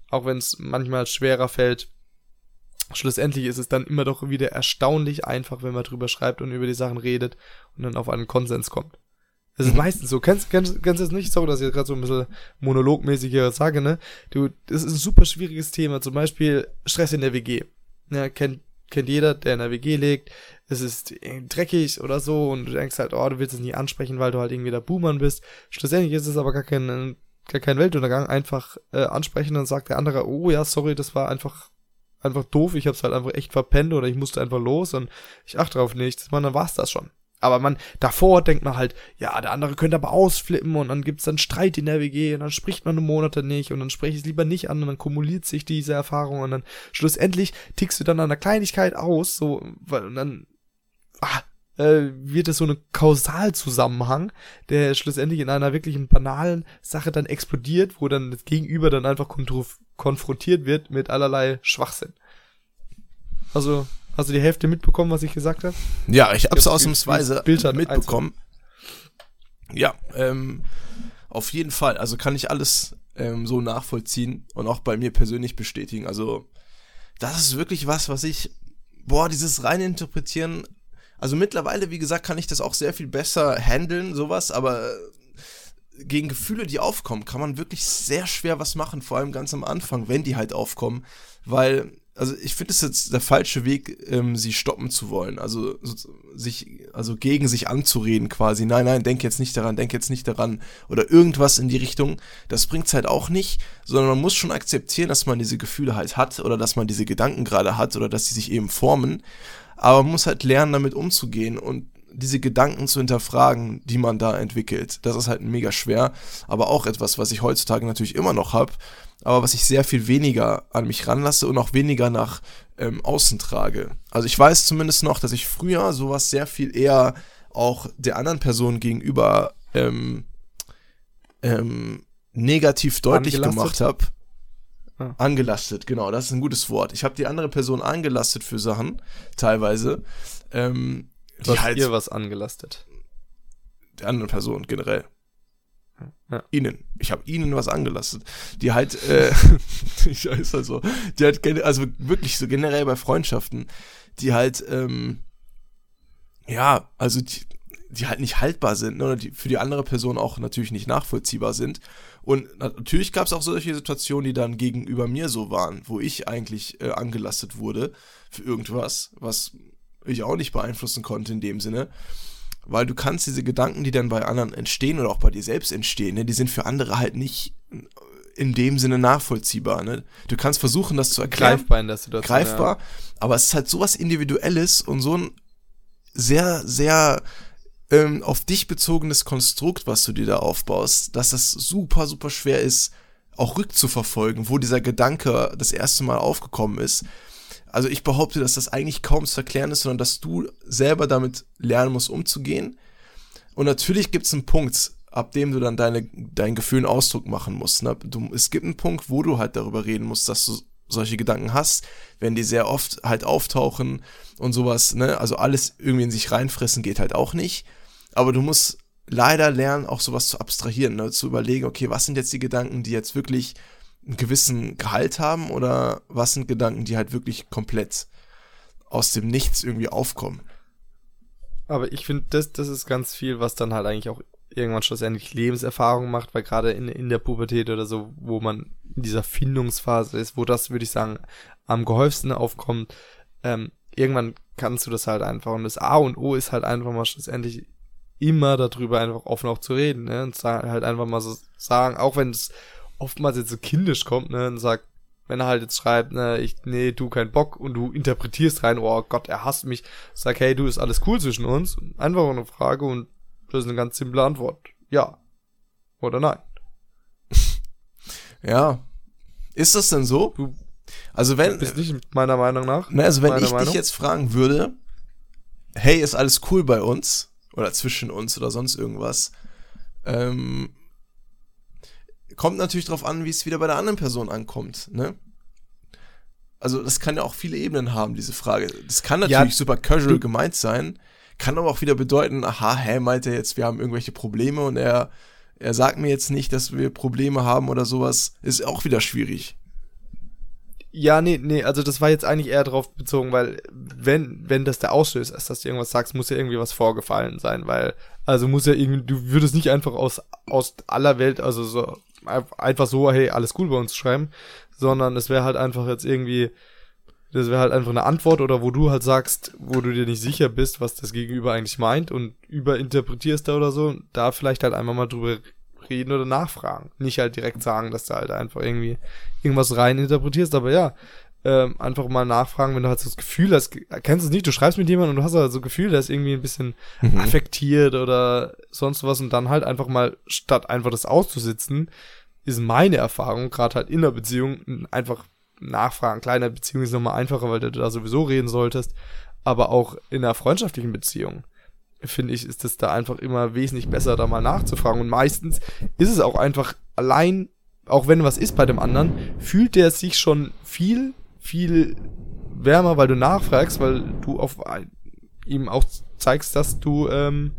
auch wenn es manchmal schwerer fällt, schlussendlich ist es dann immer doch wieder erstaunlich einfach, wenn man drüber schreibt und über die Sachen redet und dann auf einen Konsens kommt. Das ist meistens so. Kennst du das nicht? Sorry, dass ich jetzt gerade so ein bisschen monologmäßig hier sage, ne? Das ist ein super schwieriges Thema. Zum Beispiel Stress in der WG. Ja, kennt jeder, der in der WG lebt. Es ist dreckig oder so und du denkst halt, oh, du willst es nicht ansprechen, weil du halt irgendwie der Buhmann bist. Schlussendlich ist es aber gar kein Weltuntergang. Einfach ansprechen und dann sagt der andere, oh ja, sorry, das war einfach doof. Ich hab's halt einfach echt verpennt oder ich musste einfach los und ich achte drauf nichts. Man, dann war's das schon. Aber davor denkt man halt, ja, der andere könnte aber ausflippen und dann gibt's dann Streit in der WG und dann spricht man Monate nicht und dann spreche ich es lieber nicht an und dann kumuliert sich diese Erfahrung und dann schlussendlich tickst du dann an einer Kleinigkeit aus, so, und dann wird es so ein Kausalzusammenhang, der schlussendlich in einer wirklichen banalen Sache dann explodiert, wo dann das Gegenüber dann einfach konfrontiert wird mit allerlei Schwachsinn. Also, hast du die Hälfte mitbekommen, was ich gesagt habe? Ja, ich hab's ausnahmsweise mitbekommen. Einzeln. Ja, auf jeden Fall. Also kann ich alles so nachvollziehen und auch bei mir persönlich bestätigen. Also das ist wirklich was ich, dieses reine Interpretieren, also mittlerweile, wie gesagt, kann ich das auch sehr viel besser handeln, sowas, aber gegen Gefühle, die aufkommen, kann man wirklich sehr schwer was machen, vor allem ganz am Anfang, wenn die halt aufkommen, weil, also ich finde es jetzt der falsche Weg, sie stoppen zu wollen, also gegen sich anzureden quasi, nein, denk jetzt nicht daran oder irgendwas in die Richtung, das bringt's halt auch nicht, sondern man muss schon akzeptieren, dass man diese Gefühle halt hat oder dass man diese Gedanken gerade hat oder dass sie sich eben formen, aber man muss halt lernen, damit umzugehen und diese Gedanken zu hinterfragen, die man da entwickelt. Das ist halt mega schwer, aber auch etwas, was ich heutzutage natürlich immer noch habe, aber was ich sehr viel weniger an mich ranlasse und auch weniger nach außen trage. Also ich weiß zumindest noch, dass ich früher sowas sehr viel eher auch der anderen Person gegenüber negativ deutlich gemacht habe. Angelastet, genau, das ist ein gutes Wort. Ich habe die andere Person angelastet für Sachen, teilweise. Du hast halt ihr was angelastet. Der anderen Person generell. Ja. Ihnen. Ich habe ihnen was angelastet. Die halt, ist halt so, die halt, also wirklich so generell bei Freundschaften, die halt, also die halt nicht haltbar sind, ne, oder die für die andere Person auch natürlich nicht nachvollziehbar sind. Und natürlich gab es auch solche Situationen, die dann gegenüber mir so waren, wo ich eigentlich angelastet wurde für irgendwas, was ich auch nicht beeinflussen konnte in dem Sinne, weil du kannst diese Gedanken, die dann bei anderen entstehen oder auch bei dir selbst entstehen, ne, die sind für andere halt nicht in dem Sinne nachvollziehbar. Ne? Du kannst versuchen, das zu erklären. Greifbar in der Situation. Greifbar, ja. Aber es ist halt sowas Individuelles und so ein sehr, sehr auf dich bezogenes Konstrukt, was du dir da aufbaust, dass das super, super schwer ist, auch rückzuverfolgen, wo dieser Gedanke das erste Mal aufgekommen ist. Also ich behaupte, dass das eigentlich kaum zu erklären ist, sondern dass du selber damit lernen musst, umzugehen. Und natürlich gibt es einen Punkt, ab dem du dann deinen Gefühlen Ausdruck machen musst. Ne? Es gibt einen Punkt, wo du halt darüber reden musst, dass du solche Gedanken hast, wenn die sehr oft halt auftauchen und sowas, ne? Also alles irgendwie in sich reinfressen geht halt auch nicht. Aber du musst leider lernen, auch sowas zu abstrahieren, ne? Zu überlegen, okay, was sind jetzt die Gedanken, die jetzt wirklich einen gewissen Gehalt haben oder was sind Gedanken, die halt wirklich komplett aus dem Nichts irgendwie aufkommen. Aber ich finde, das ist ganz viel, was dann halt eigentlich auch irgendwann schlussendlich Lebenserfahrung macht, weil gerade in der Pubertät oder so, wo man in dieser Findungsphase ist, wo das, würde ich sagen, am gehäufsten aufkommt, irgendwann kannst du das halt einfach. Und das A und O ist halt einfach mal schlussendlich immer darüber einfach offen auch zu reden, ne? Und halt einfach mal so sagen, auch wenn es oftmals jetzt so kindisch kommt, ne? Und sagt, wenn er halt jetzt schreibt, ne, du kein Bock und du interpretierst rein, oh Gott, er hasst mich, sag, hey, du, ist alles cool zwischen uns. Einfach eine Frage und das ist eine ganz simple Antwort. Ja. Oder nein. Ja. Ist das denn so? Du also wenn bist nicht meiner Meinung nach. Ne, also wenn ich dich jetzt fragen würde, hey, ist alles cool bei uns oder zwischen uns oder sonst irgendwas, kommt natürlich drauf an, wie es wieder bei der anderen Person ankommt, ne? Also das kann ja auch viele Ebenen haben, diese Frage. Das kann natürlich super casual gemeint sein, kann aber auch wieder bedeuten, meint er jetzt, wir haben irgendwelche Probleme und er sagt mir jetzt nicht, dass wir Probleme haben oder sowas, ist auch wieder schwierig. Ja, nee, also das war jetzt eigentlich eher darauf bezogen, weil wenn das der Auslöser ist, dass du irgendwas sagst, muss ja irgendwie was vorgefallen sein, weil, also muss ja irgendwie, du würdest nicht einfach aus aller Welt, also so, einfach so, hey, alles cool bei uns schreiben, sondern es wäre halt einfach jetzt irgendwie, das wäre halt einfach eine Antwort oder wo du halt sagst, wo du dir nicht sicher bist, was das Gegenüber eigentlich meint und überinterpretierst da oder so, da vielleicht halt einfach mal drüber reden oder nachfragen. Nicht halt direkt sagen, dass du halt einfach irgendwie irgendwas rein interpretierst, aber ja, einfach mal nachfragen, wenn du halt so das Gefühl hast, kennst du es nicht, du schreibst mit jemandem und du hast halt so ein Gefühl, der ist irgendwie ein bisschen affektiert oder sonst was und dann halt einfach mal, statt einfach das auszusitzen, ist meine Erfahrung, gerade halt in der Beziehung, einfach nachfragen. Kleiner Beziehung ist nochmal einfacher, weil du da sowieso reden solltest, aber auch in einer freundschaftlichen Beziehung finde ich, ist es da einfach immer wesentlich besser, da mal nachzufragen. Und meistens ist es auch einfach allein, auch wenn was ist bei dem anderen, fühlt der sich schon viel, viel wärmer, weil du nachfragst, weil du auf ihm auch zeigst, dass du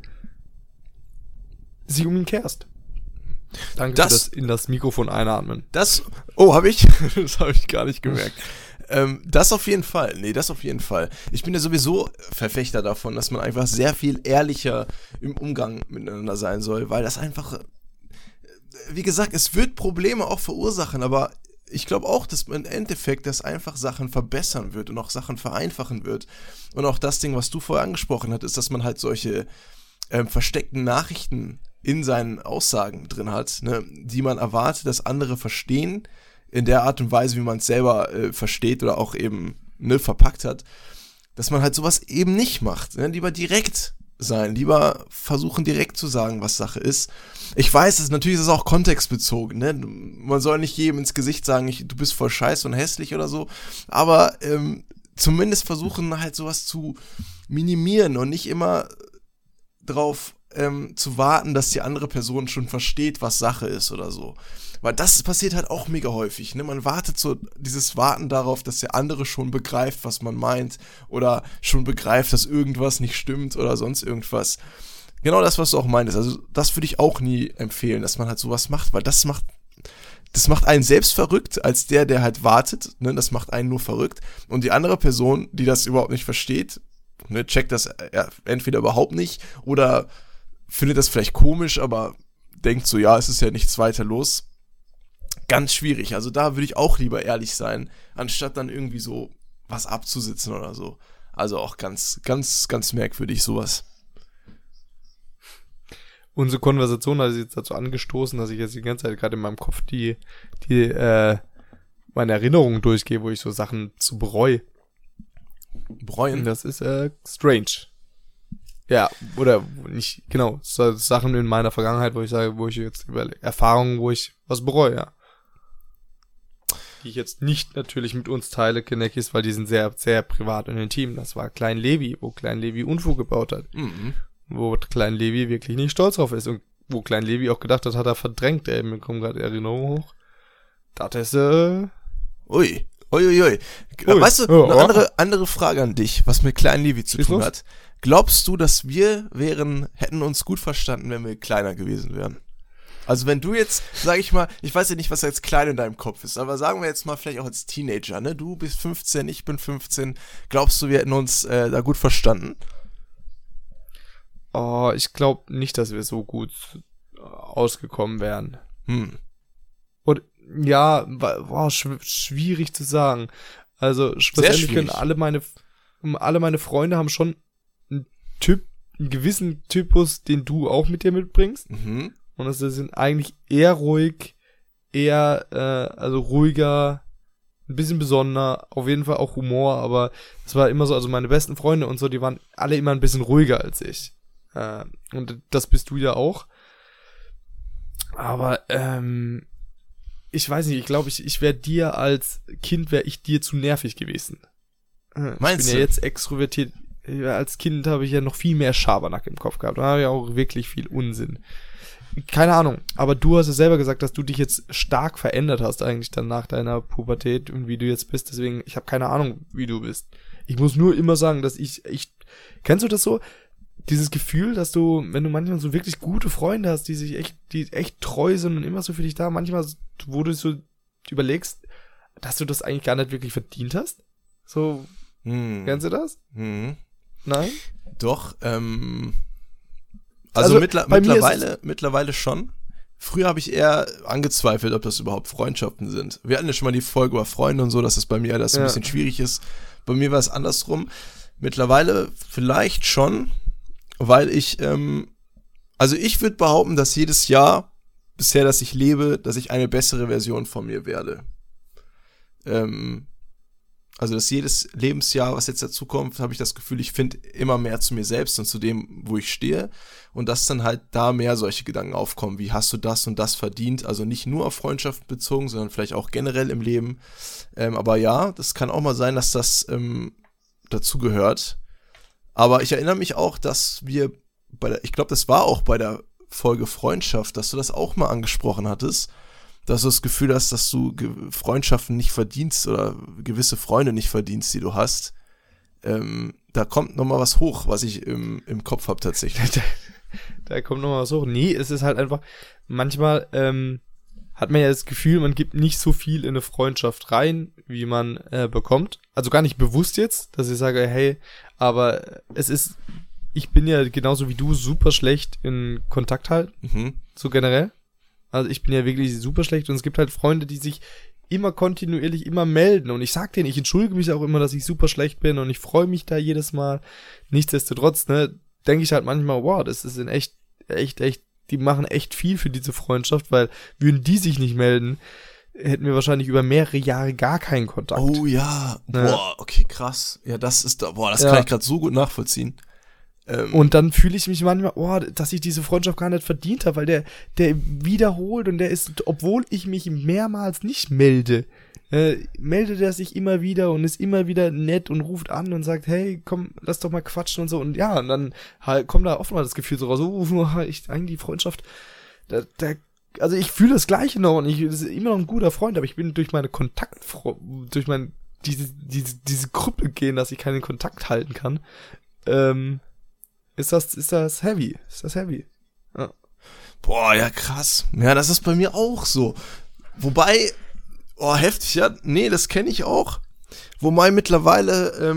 sich um ihn kehrst. Danke für das in das Mikrofon einatmen. Habe ich? Das habe ich gar nicht gemerkt. Das auf jeden Fall. Nee, das auf jeden Fall. Ich bin ja sowieso Verfechter davon, dass man einfach sehr viel ehrlicher im Umgang miteinander sein soll, weil das einfach, wie gesagt, es wird Probleme auch verursachen, aber ich glaube auch, dass im Endeffekt das einfach Sachen verbessern wird und auch Sachen vereinfachen wird. Und auch das Ding, was du vorher angesprochen hast, ist, dass man halt solche versteckten Nachrichten in seinen Aussagen drin hat, ne, die man erwartet, dass andere verstehen, in der Art und Weise, wie man es selber versteht oder auch eben verpackt hat, dass man halt sowas eben nicht macht. Ne? Lieber direkt sein, lieber versuchen direkt zu sagen, was Sache ist. Ich weiß, natürlich ist es auch kontextbezogen. Ne? Man soll nicht jedem ins Gesicht sagen, du bist voll scheiße und hässlich oder so, aber zumindest versuchen halt sowas zu minimieren und nicht immer drauf zu warten, dass die andere Person schon versteht, was Sache ist oder so. Weil das passiert halt auch mega häufig, ne? Man wartet so, dieses Warten darauf, dass der andere schon begreift, was man meint oder schon begreift, dass irgendwas nicht stimmt oder sonst irgendwas. Genau das, was du auch meintest. Also das würde ich auch nie empfehlen, dass man halt sowas macht, weil das macht einen selbst verrückt, als der halt wartet, ne? Das macht einen nur verrückt. Und die andere Person, die das überhaupt nicht versteht, ne, checkt das entweder überhaupt nicht oder findet das vielleicht komisch, aber denkt so, ja, es ist ja nichts weiter los. Ganz schwierig. Also da würde ich auch lieber ehrlich sein, anstatt dann irgendwie so was abzusitzen oder so. Also auch ganz, ganz, ganz merkwürdig sowas. Unsere Konversation hat sich jetzt dazu angestoßen, dass ich jetzt die ganze Zeit gerade in meinem Kopf meine Erinnerungen durchgehe, wo ich so Sachen zu bereue. Bereuen? Das ist strange. Ja, oder nicht, genau, so Sachen in meiner Vergangenheit, wo ich sage, wo ich jetzt über Erfahrungen, wo ich was bereue, ja. Die ich jetzt nicht natürlich mit uns teile, Kenneckis, weil die sind sehr, sehr privat und intim. Das war Klein Levi, wo Klein Levi Unfug gebaut hat. Mhm. Wo Klein Levi wirklich nicht stolz drauf ist und wo Klein Levi auch gedacht hat er verdrängt, mir kommen gerade Erinnerungen hoch. Das ist, Ui. Weißt du, eine andere Frage an dich, was mit Klein Levi zu tun hat. Glaubst du, dass wir hätten uns gut verstanden, wenn wir kleiner gewesen wären? Also wenn du jetzt, sag ich mal, ich weiß ja nicht, was jetzt klein in deinem Kopf ist, aber sagen wir jetzt mal vielleicht auch als Teenager, ne? Du bist 15, ich bin 15. Glaubst du, wir hätten uns da gut verstanden? Oh, ich glaube nicht, dass wir so gut ausgekommen wären. Und ja, war schwierig zu sagen. Also schlussendlich können alle meine Freunde haben schon einen gewissen Typus, den du auch mit dir mitbringst. Mhm. Und das sind eigentlich eher ruhig, also ruhiger, ein bisschen besonderer, auf jeden Fall auch Humor, aber es war immer so, also meine besten Freunde und so, die waren alle immer ein bisschen ruhiger als ich. Und das bist du ja auch. Aber, ich weiß nicht, ich glaube, ich wäre dir als Kind, wäre ich dir zu nervig gewesen. Meinst ich bin ja jetzt extrovertiert. Als Kind habe ich ja noch viel mehr Schabernack im Kopf gehabt. Da habe ich auch wirklich viel Unsinn. Keine Ahnung, aber du hast ja selber gesagt, dass du dich jetzt stark verändert hast eigentlich dann nach deiner Pubertät und wie du jetzt bist. Deswegen, ich habe keine Ahnung, wie du bist. Ich muss nur immer sagen, dass ich kennst du das so? Dieses Gefühl, dass du, wenn du manchmal so wirklich gute Freunde hast, die echt treu sind und immer so für dich da, manchmal, wo du so überlegst, dass du das eigentlich gar nicht wirklich verdient hast? So, kennst du das? Mhm. Nein? Doch, also mittlerweile schon. Früher habe ich eher angezweifelt, ob das überhaupt Freundschaften sind. Wir hatten ja schon mal die Folge über Freunde und so, dass das bei mir ein bisschen schwierig ist. Bei mir war es andersrum. Mittlerweile vielleicht schon, weil ich würde behaupten, dass jedes Jahr bisher, dass ich lebe, dass ich eine bessere Version von mir werde. Also dass jedes Lebensjahr, was jetzt dazu kommt, habe ich das Gefühl, ich finde immer mehr zu mir selbst und zu dem, wo ich stehe. Und dass dann halt da mehr solche Gedanken aufkommen, wie hast du das und das verdient? Also nicht nur auf Freundschaften bezogen, sondern vielleicht auch generell im Leben. Aber ja, das kann auch mal sein, dass das dazu gehört. Aber ich erinnere mich auch, dass wir ich glaube, das war auch bei der Folge Freundschaft, dass du das auch mal angesprochen hattest, dass du das Gefühl hast, dass du Freundschaften nicht verdienst oder gewisse Freunde nicht verdienst, die du hast. Da kommt nochmal was hoch, was ich im Kopf habe tatsächlich. Da kommt nochmal was hoch. Nee, es ist halt einfach, manchmal hat man ja das Gefühl, man gibt nicht so viel in eine Freundschaft rein, wie man bekommt. Also gar nicht bewusst jetzt, dass ich sage, hey, aber ich bin ja genauso wie du super schlecht in Kontakt halten, so generell. Also ich bin ja wirklich super schlecht und es gibt halt Freunde, die sich immer kontinuierlich immer melden und ich sag denen, ich entschuldige mich auch immer, dass ich super schlecht bin und ich freue mich da jedes Mal. Nichtsdestotrotz, ne, denke ich halt manchmal, wow, das ist echt, die machen echt viel für diese Freundschaft, weil würden die sich nicht melden, hätten wir wahrscheinlich über mehrere Jahre gar keinen Kontakt. Oh ja, boah, okay, krass. Ja, das kann ich gerade so gut nachvollziehen. Und dann fühle ich mich manchmal, dass ich diese Freundschaft gar nicht verdient habe, weil der wiederholt und der ist, obwohl ich mich mehrmals nicht melde, meldet er sich immer wieder und ist immer wieder nett und ruft an und sagt, hey, komm, lass doch mal quatschen und so. Und ja, und dann halt kommt da oft mal das Gefühl so raus, eigentlich die Freundschaft, also ich fühle das Gleiche noch und das ist immer noch ein guter Freund, aber ich bin durch meine diese Krüppel gehen, dass ich keinen Kontakt halten kann, ist das heavy? Ja. Boah, ja krass. Ja, das ist bei mir auch so. Wobei, heftig, ja. Nee, das kenne ich auch. Wobei mittlerweile,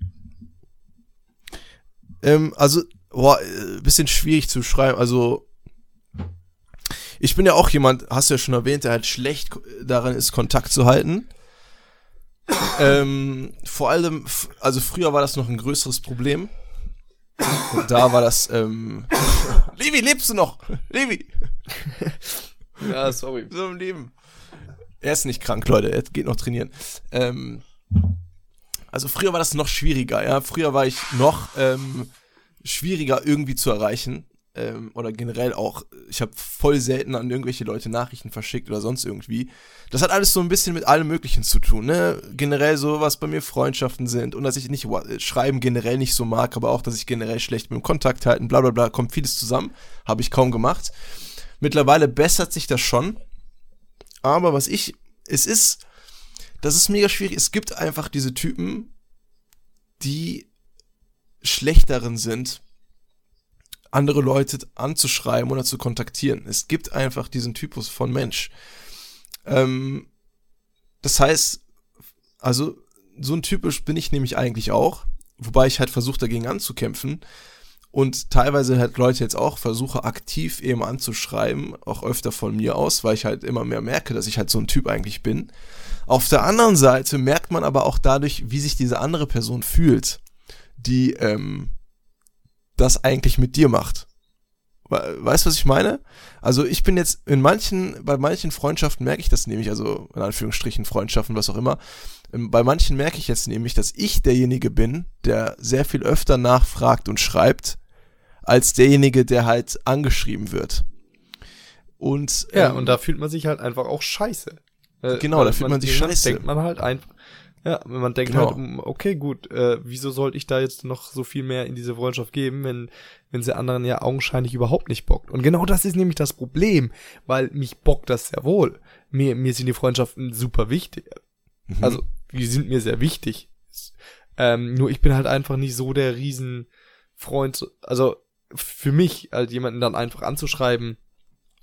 bisschen schwierig zu schreiben. Also, ich bin ja auch jemand, hast du ja schon erwähnt, der halt schlecht darin ist, Kontakt zu halten. Vor allem, also früher war das noch ein größeres Problem. Und da war das, Levi, lebst du noch? Levi! Ja, sorry. So im Leben. Er ist nicht krank, Leute, er geht noch trainieren. Also früher war das noch schwieriger, ja. Früher war ich noch schwieriger irgendwie zu erreichen. Oder generell auch, ich habe voll selten an irgendwelche Leute Nachrichten verschickt oder sonst irgendwie. Das hat alles so ein bisschen mit allem Möglichen zu tun, ne? Generell so, was bei mir Freundschaften sind und dass ich nicht Schreiben generell nicht so mag, aber auch, dass ich generell schlecht mit dem Kontakt halten, bla bla bla, kommt vieles zusammen. Habe ich kaum gemacht. Mittlerweile bessert sich das schon. Aber das ist mega schwierig. Es gibt einfach diese Typen, die schlecht darin sind, andere Leute anzuschreiben oder zu kontaktieren. Es gibt einfach diesen Typus von Mensch. Das heißt, also so ein typisch bin ich nämlich eigentlich auch, wobei ich halt versuche dagegen anzukämpfen und teilweise halt Leute jetzt auch versuche aktiv eben anzuschreiben, auch öfter von mir aus, weil ich halt immer mehr merke, dass ich halt so ein Typ eigentlich bin. Auf der anderen Seite merkt man aber auch dadurch, wie sich diese andere Person fühlt, die das eigentlich mit dir macht. Weißt du, was ich meine? Also ich bin jetzt bei manchen Freundschaften merke ich das nämlich, also in Anführungsstrichen Freundschaften, was auch immer, bei manchen merke ich jetzt nämlich, dass ich derjenige bin, der sehr viel öfter nachfragt und schreibt, als derjenige, der halt angeschrieben wird. Und und da fühlt man sich halt einfach auch scheiße. Genau, da fühlt man sich scheiße. Denkt man halt einfach, ja, wenn man denkt halt, okay, gut, wieso sollte ich da jetzt noch so viel mehr in diese Freundschaft geben, wenn sie anderen ja augenscheinlich überhaupt nicht bockt. Und genau das ist nämlich das Problem, weil mich bockt das sehr wohl. Mir sind die Freundschaften super wichtig. Mhm. Also, die sind mir sehr wichtig. Nur ich bin halt einfach nicht so der Riesenfreund, also für mich halt jemanden dann einfach anzuschreiben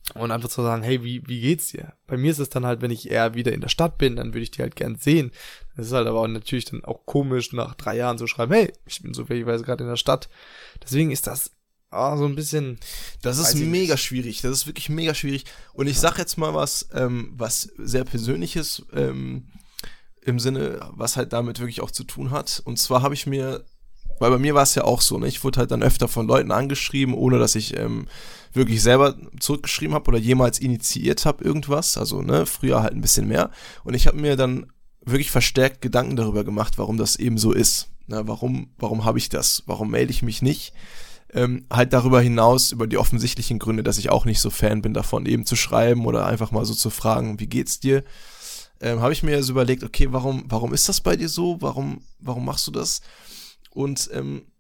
Und einfach zu sagen, hey, wie geht's dir? Bei mir ist es dann halt, wenn ich eher wieder in der Stadt bin, dann würde ich die halt gern sehen. Das ist halt aber auch natürlich dann auch komisch, nach 3 Jahren zu schreiben, hey, ich bin zufälligerweise gerade in der Stadt. Deswegen ist das so ein bisschen... Das ist mega schwierig. Das ist wirklich mega schwierig. Und ich sag jetzt mal was sehr Persönliches, im Sinne, was halt damit wirklich auch zu tun hat. Und zwar habe ich mir, weil bei mir war es ja auch so, ne, ich wurde halt dann öfter von Leuten angeschrieben, ohne dass ich wirklich selber zurückgeschrieben habe oder jemals initiiert habe irgendwas. Also, ne, früher halt ein bisschen mehr. Und ich habe mir dann wirklich verstärkt Gedanken darüber gemacht, warum das eben so ist. Na, warum habe ich das? Warum melde ich mich nicht? Halt darüber hinaus, über die offensichtlichen Gründe, dass ich auch nicht so Fan bin davon, eben zu schreiben oder einfach mal so zu fragen, wie geht's dir? Habe ich mir so überlegt, okay, warum ist das bei dir so? Warum machst du das? Und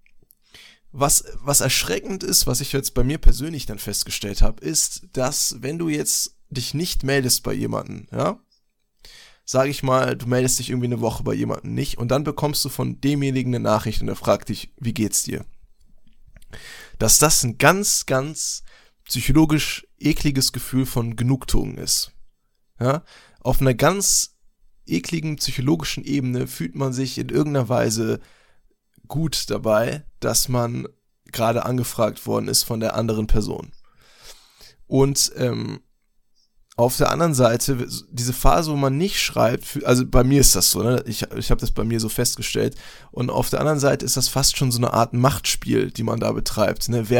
was erschreckend ist, was ich jetzt bei mir persönlich dann festgestellt habe, ist, dass wenn du jetzt dich nicht meldest bei jemandem, ja, sage ich mal, du meldest dich irgendwie eine Woche bei jemandem nicht und dann bekommst du von demjenigen eine Nachricht und er fragt dich, wie geht's dir? Dass das ein ganz, ganz psychologisch ekliges Gefühl von Genugtuung ist. Ja? Auf einer ganz ekligen psychologischen Ebene fühlt man sich in irgendeiner Weise gut dabei, dass man gerade angefragt worden ist von der anderen Person. Und auf der anderen Seite, diese Phase, wo man nicht schreibt, also bei mir ist das so, ne? Ich habe das bei mir so festgestellt. Und auf der anderen Seite ist das fast schon so eine Art Machtspiel, die man da betreibt. Ne?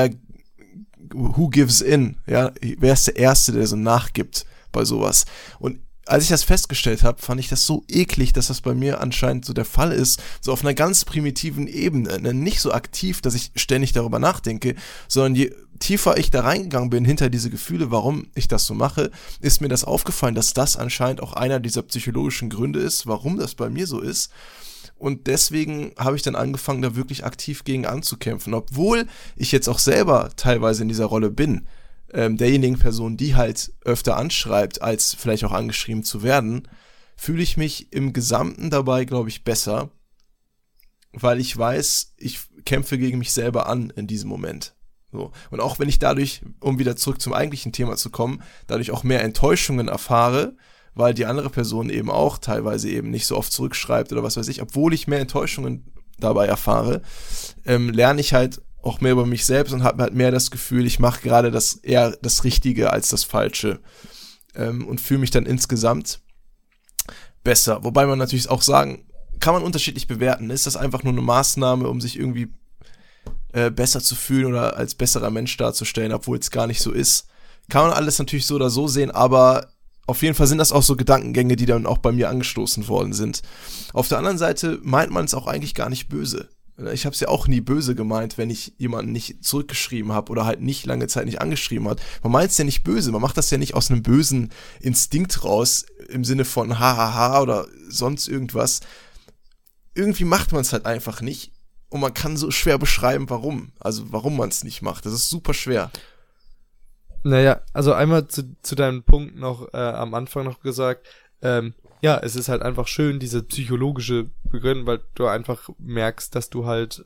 Who gives in? Ja? Wer ist der Erste, der so nachgibt bei sowas? Und als ich das festgestellt habe, fand ich das so eklig, dass das bei mir anscheinend so der Fall ist, so auf einer ganz primitiven Ebene, ne? Nicht so aktiv, dass ich ständig darüber nachdenke, sondern je tiefer ich da reingegangen bin hinter diese Gefühle, warum ich das so mache, ist mir das aufgefallen, dass das anscheinend auch einer dieser psychologischen Gründe ist, warum das bei mir so ist. Und deswegen habe ich dann angefangen, da wirklich aktiv gegen anzukämpfen, obwohl ich jetzt auch selber teilweise in dieser Rolle bin, derjenigen Person, die halt öfter anschreibt, als vielleicht auch angeschrieben zu werden, fühle ich mich im Gesamten dabei, glaube ich, besser, weil ich weiß, ich kämpfe gegen mich selber an in diesem Moment. So. Und auch wenn ich dadurch, um wieder zurück zum eigentlichen Thema zu kommen, dadurch auch mehr Enttäuschungen erfahre, weil die andere Person eben auch teilweise eben nicht so oft zurückschreibt oder was weiß ich, obwohl ich mehr Enttäuschungen dabei erfahre, lerne ich halt auch mehr über mich selbst und habe halt mehr das Gefühl, ich mache gerade eher das Richtige als das Falsche und fühle mich dann insgesamt besser. Wobei man natürlich auch sagen, kann man unterschiedlich bewerten. Ist das einfach nur eine Maßnahme, um sich irgendwie besser zu fühlen oder als besserer Mensch darzustellen, obwohl es gar nicht so ist? Kann man alles natürlich so oder so sehen, aber auf jeden Fall sind das auch so Gedankengänge, die dann auch bei mir angestoßen worden sind. Auf der anderen Seite meint man es auch eigentlich gar nicht böse. Ich habe es ja auch nie böse gemeint, wenn ich jemanden nicht zurückgeschrieben habe oder halt nicht lange Zeit nicht angeschrieben hat. Man meint es ja nicht böse, man macht das ja nicht aus einem bösen Instinkt raus, im Sinne von hahaha oder sonst irgendwas. Irgendwie macht man es halt einfach nicht und man kann so schwer beschreiben, warum. Also warum man es nicht macht, das ist super schwer. Naja, also einmal zu deinem Punkt noch am Anfang noch gesagt, ja, es ist halt einfach schön, diese psychologische Begründung, weil du einfach merkst, dass du halt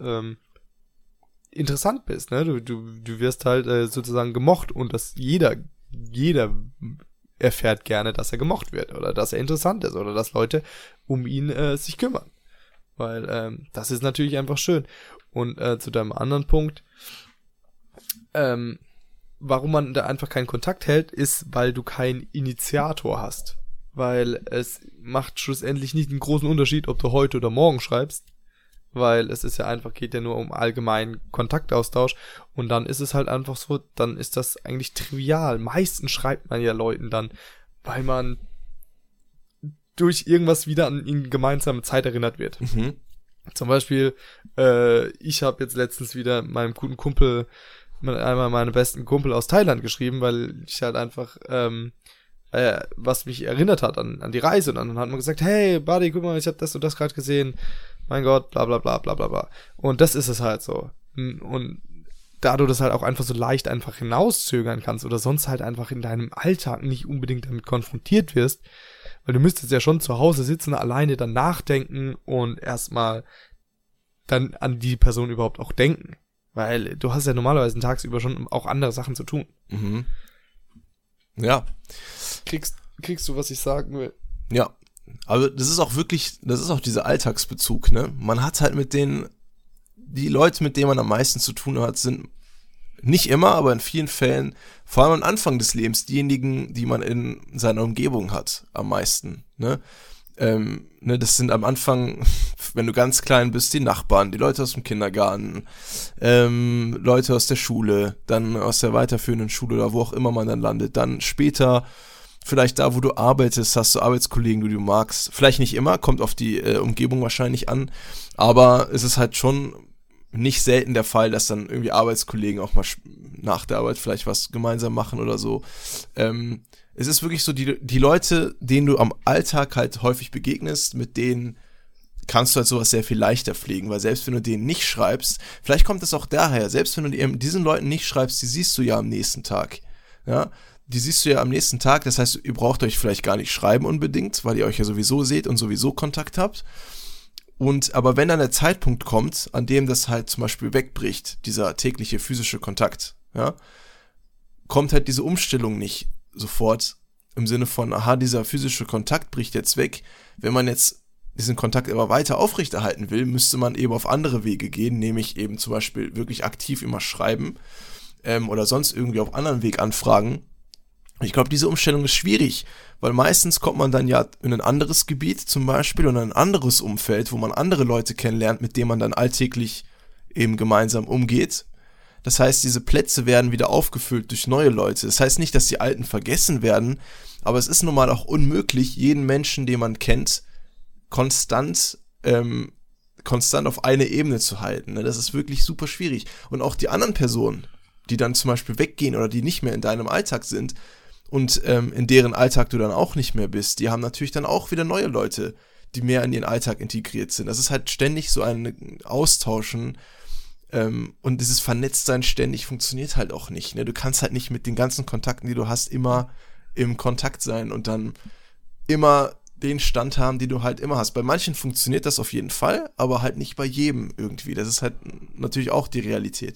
interessant bist, ne? Du wirst halt sozusagen gemocht und dass jeder erfährt gerne, dass er gemocht wird oder dass er interessant ist oder dass Leute um ihn sich kümmern. Weil das ist natürlich einfach schön. Und zu deinem anderen Punkt, warum man da einfach keinen Kontakt hält, ist, weil du keinen Initiator hast. Weil es macht schlussendlich nicht einen großen Unterschied, ob du heute oder morgen schreibst, weil es ist ja einfach, geht ja nur um allgemeinen Kontaktaustausch und dann ist es halt einfach so, dann ist das eigentlich trivial. Meistens schreibt man ja Leuten dann, weil man durch irgendwas wieder an ihnen gemeinsame Zeit erinnert wird. Mhm. Zum Beispiel, ich habe jetzt letztens wieder meinem guten Kumpel, einmal meinem besten Kumpel aus Thailand geschrieben, weil ich halt einfach was mich erinnert hat an die Reise. Und dann hat man gesagt, hey, Buddy, guck mal, ich habe das und das gerade gesehen. Mein Gott, bla bla bla bla bla bla. Und das ist es halt so. Und da du das halt auch einfach so leicht einfach hinauszögern kannst oder sonst halt einfach in deinem Alltag nicht unbedingt damit konfrontiert wirst, weil du müsstest ja schon zu Hause sitzen, alleine dann nachdenken und erstmal dann an die Person überhaupt auch denken. Weil du hast ja normalerweise tagsüber schon auch andere Sachen zu tun. Mhm. Ja. Kriegst du, was ich sagen will? Ja. Aber das ist auch dieser Alltagsbezug, ne? Man hat halt die Leute, mit denen man am meisten zu tun hat, sind nicht immer, aber in vielen Fällen, vor allem am Anfang des Lebens, diejenigen, die man in seiner Umgebung hat, am meisten, ne? Das sind am Anfang, wenn du ganz klein bist, die Nachbarn, die Leute aus dem Kindergarten, Leute aus der Schule, dann aus der weiterführenden Schule oder wo auch immer man dann landet, dann später vielleicht da, wo du arbeitest, hast du Arbeitskollegen, die du magst, vielleicht nicht immer, kommt auf die Umgebung wahrscheinlich an, aber es ist halt schon nicht selten der Fall, dass dann irgendwie Arbeitskollegen auch mal nach der Arbeit vielleicht was gemeinsam machen oder so. Es ist wirklich so, die Leute, denen du am Alltag halt häufig begegnest, mit denen kannst du halt sowas sehr viel leichter pflegen, weil selbst wenn du denen nicht schreibst, vielleicht kommt das auch daher, selbst wenn du diesen Leuten nicht schreibst, die siehst du ja am nächsten Tag, ja, die siehst du ja am nächsten Tag, das heißt, ihr braucht euch vielleicht gar nicht schreiben unbedingt, weil ihr euch ja sowieso seht und sowieso Kontakt habt. Aber wenn dann der Zeitpunkt kommt, an dem das halt zum Beispiel wegbricht, dieser tägliche physische Kontakt, ja, kommt halt diese Umstellung nicht sofort im Sinne von, aha, dieser physische Kontakt bricht jetzt weg. Wenn man jetzt diesen Kontakt immer weiter aufrechterhalten will, müsste man eben auf andere Wege gehen, nämlich eben zum Beispiel wirklich aktiv immer schreiben oder sonst irgendwie auf anderen Weg anfragen. Ich glaube, diese Umstellung ist schwierig, weil meistens kommt man dann ja in ein anderes Gebiet zum Beispiel und ein anderes Umfeld, wo man andere Leute kennenlernt, mit denen man dann alltäglich eben gemeinsam umgeht. Das heißt, diese Plätze werden wieder aufgefüllt durch neue Leute. Das heißt nicht, dass die Alten vergessen werden, aber es ist nun mal auch unmöglich, jeden Menschen, den man kennt, konstant auf eine Ebene zu halten. Das ist wirklich super schwierig. Und auch die anderen Personen, die dann zum Beispiel weggehen oder die nicht mehr in deinem Alltag sind, und in deren Alltag du dann auch nicht mehr bist, die haben natürlich dann auch wieder neue Leute, die mehr in ihren Alltag integriert sind. Das ist halt ständig so ein Austauschen und dieses Vernetztsein ständig funktioniert halt auch nicht. Ne? Du kannst halt nicht mit den ganzen Kontakten, die du hast, immer im Kontakt sein und dann immer den Stand haben, den du halt immer hast. Bei manchen funktioniert das auf jeden Fall, aber halt nicht bei jedem irgendwie. Das ist halt natürlich auch die Realität.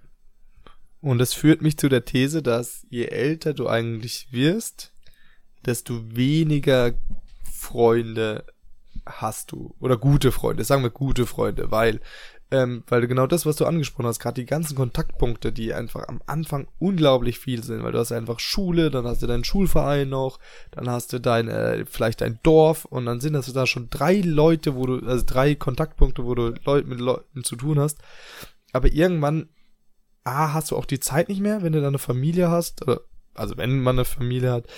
Und das führt mich zu der These, dass je älter du eigentlich wirst, desto weniger Freunde hast du. Oder gute Freunde, sagen wir gute Freunde, weil genau das, was du angesprochen hast, gerade die ganzen Kontaktpunkte, die einfach am Anfang unglaublich viel sind, weil du hast einfach Schule, dann hast du deinen Schulverein noch, dann hast du vielleicht dein Dorf und dann sind das da schon 3 Kontaktpunkte, wo du mit Leuten zu tun hast. Aber irgendwann hast du auch die Zeit nicht mehr, wenn du dann eine Familie hast, also wenn man eine Familie hat,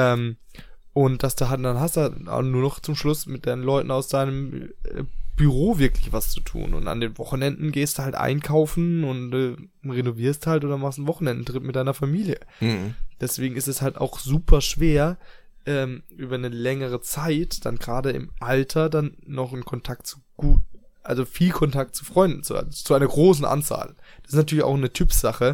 und dass du halt, dann hast du auch nur noch zum Schluss mit deinen Leuten aus deinem Büro wirklich was zu tun und an den Wochenenden gehst du halt einkaufen und renovierst halt oder machst einen Wochenendentrip mit deiner Familie. Mhm. Deswegen ist es halt auch super schwer, über eine längere Zeit, dann gerade im Alter, dann noch einen Kontakt viel Kontakt zu Freunden zu einer großen Anzahl. Das ist natürlich auch eine Typsache.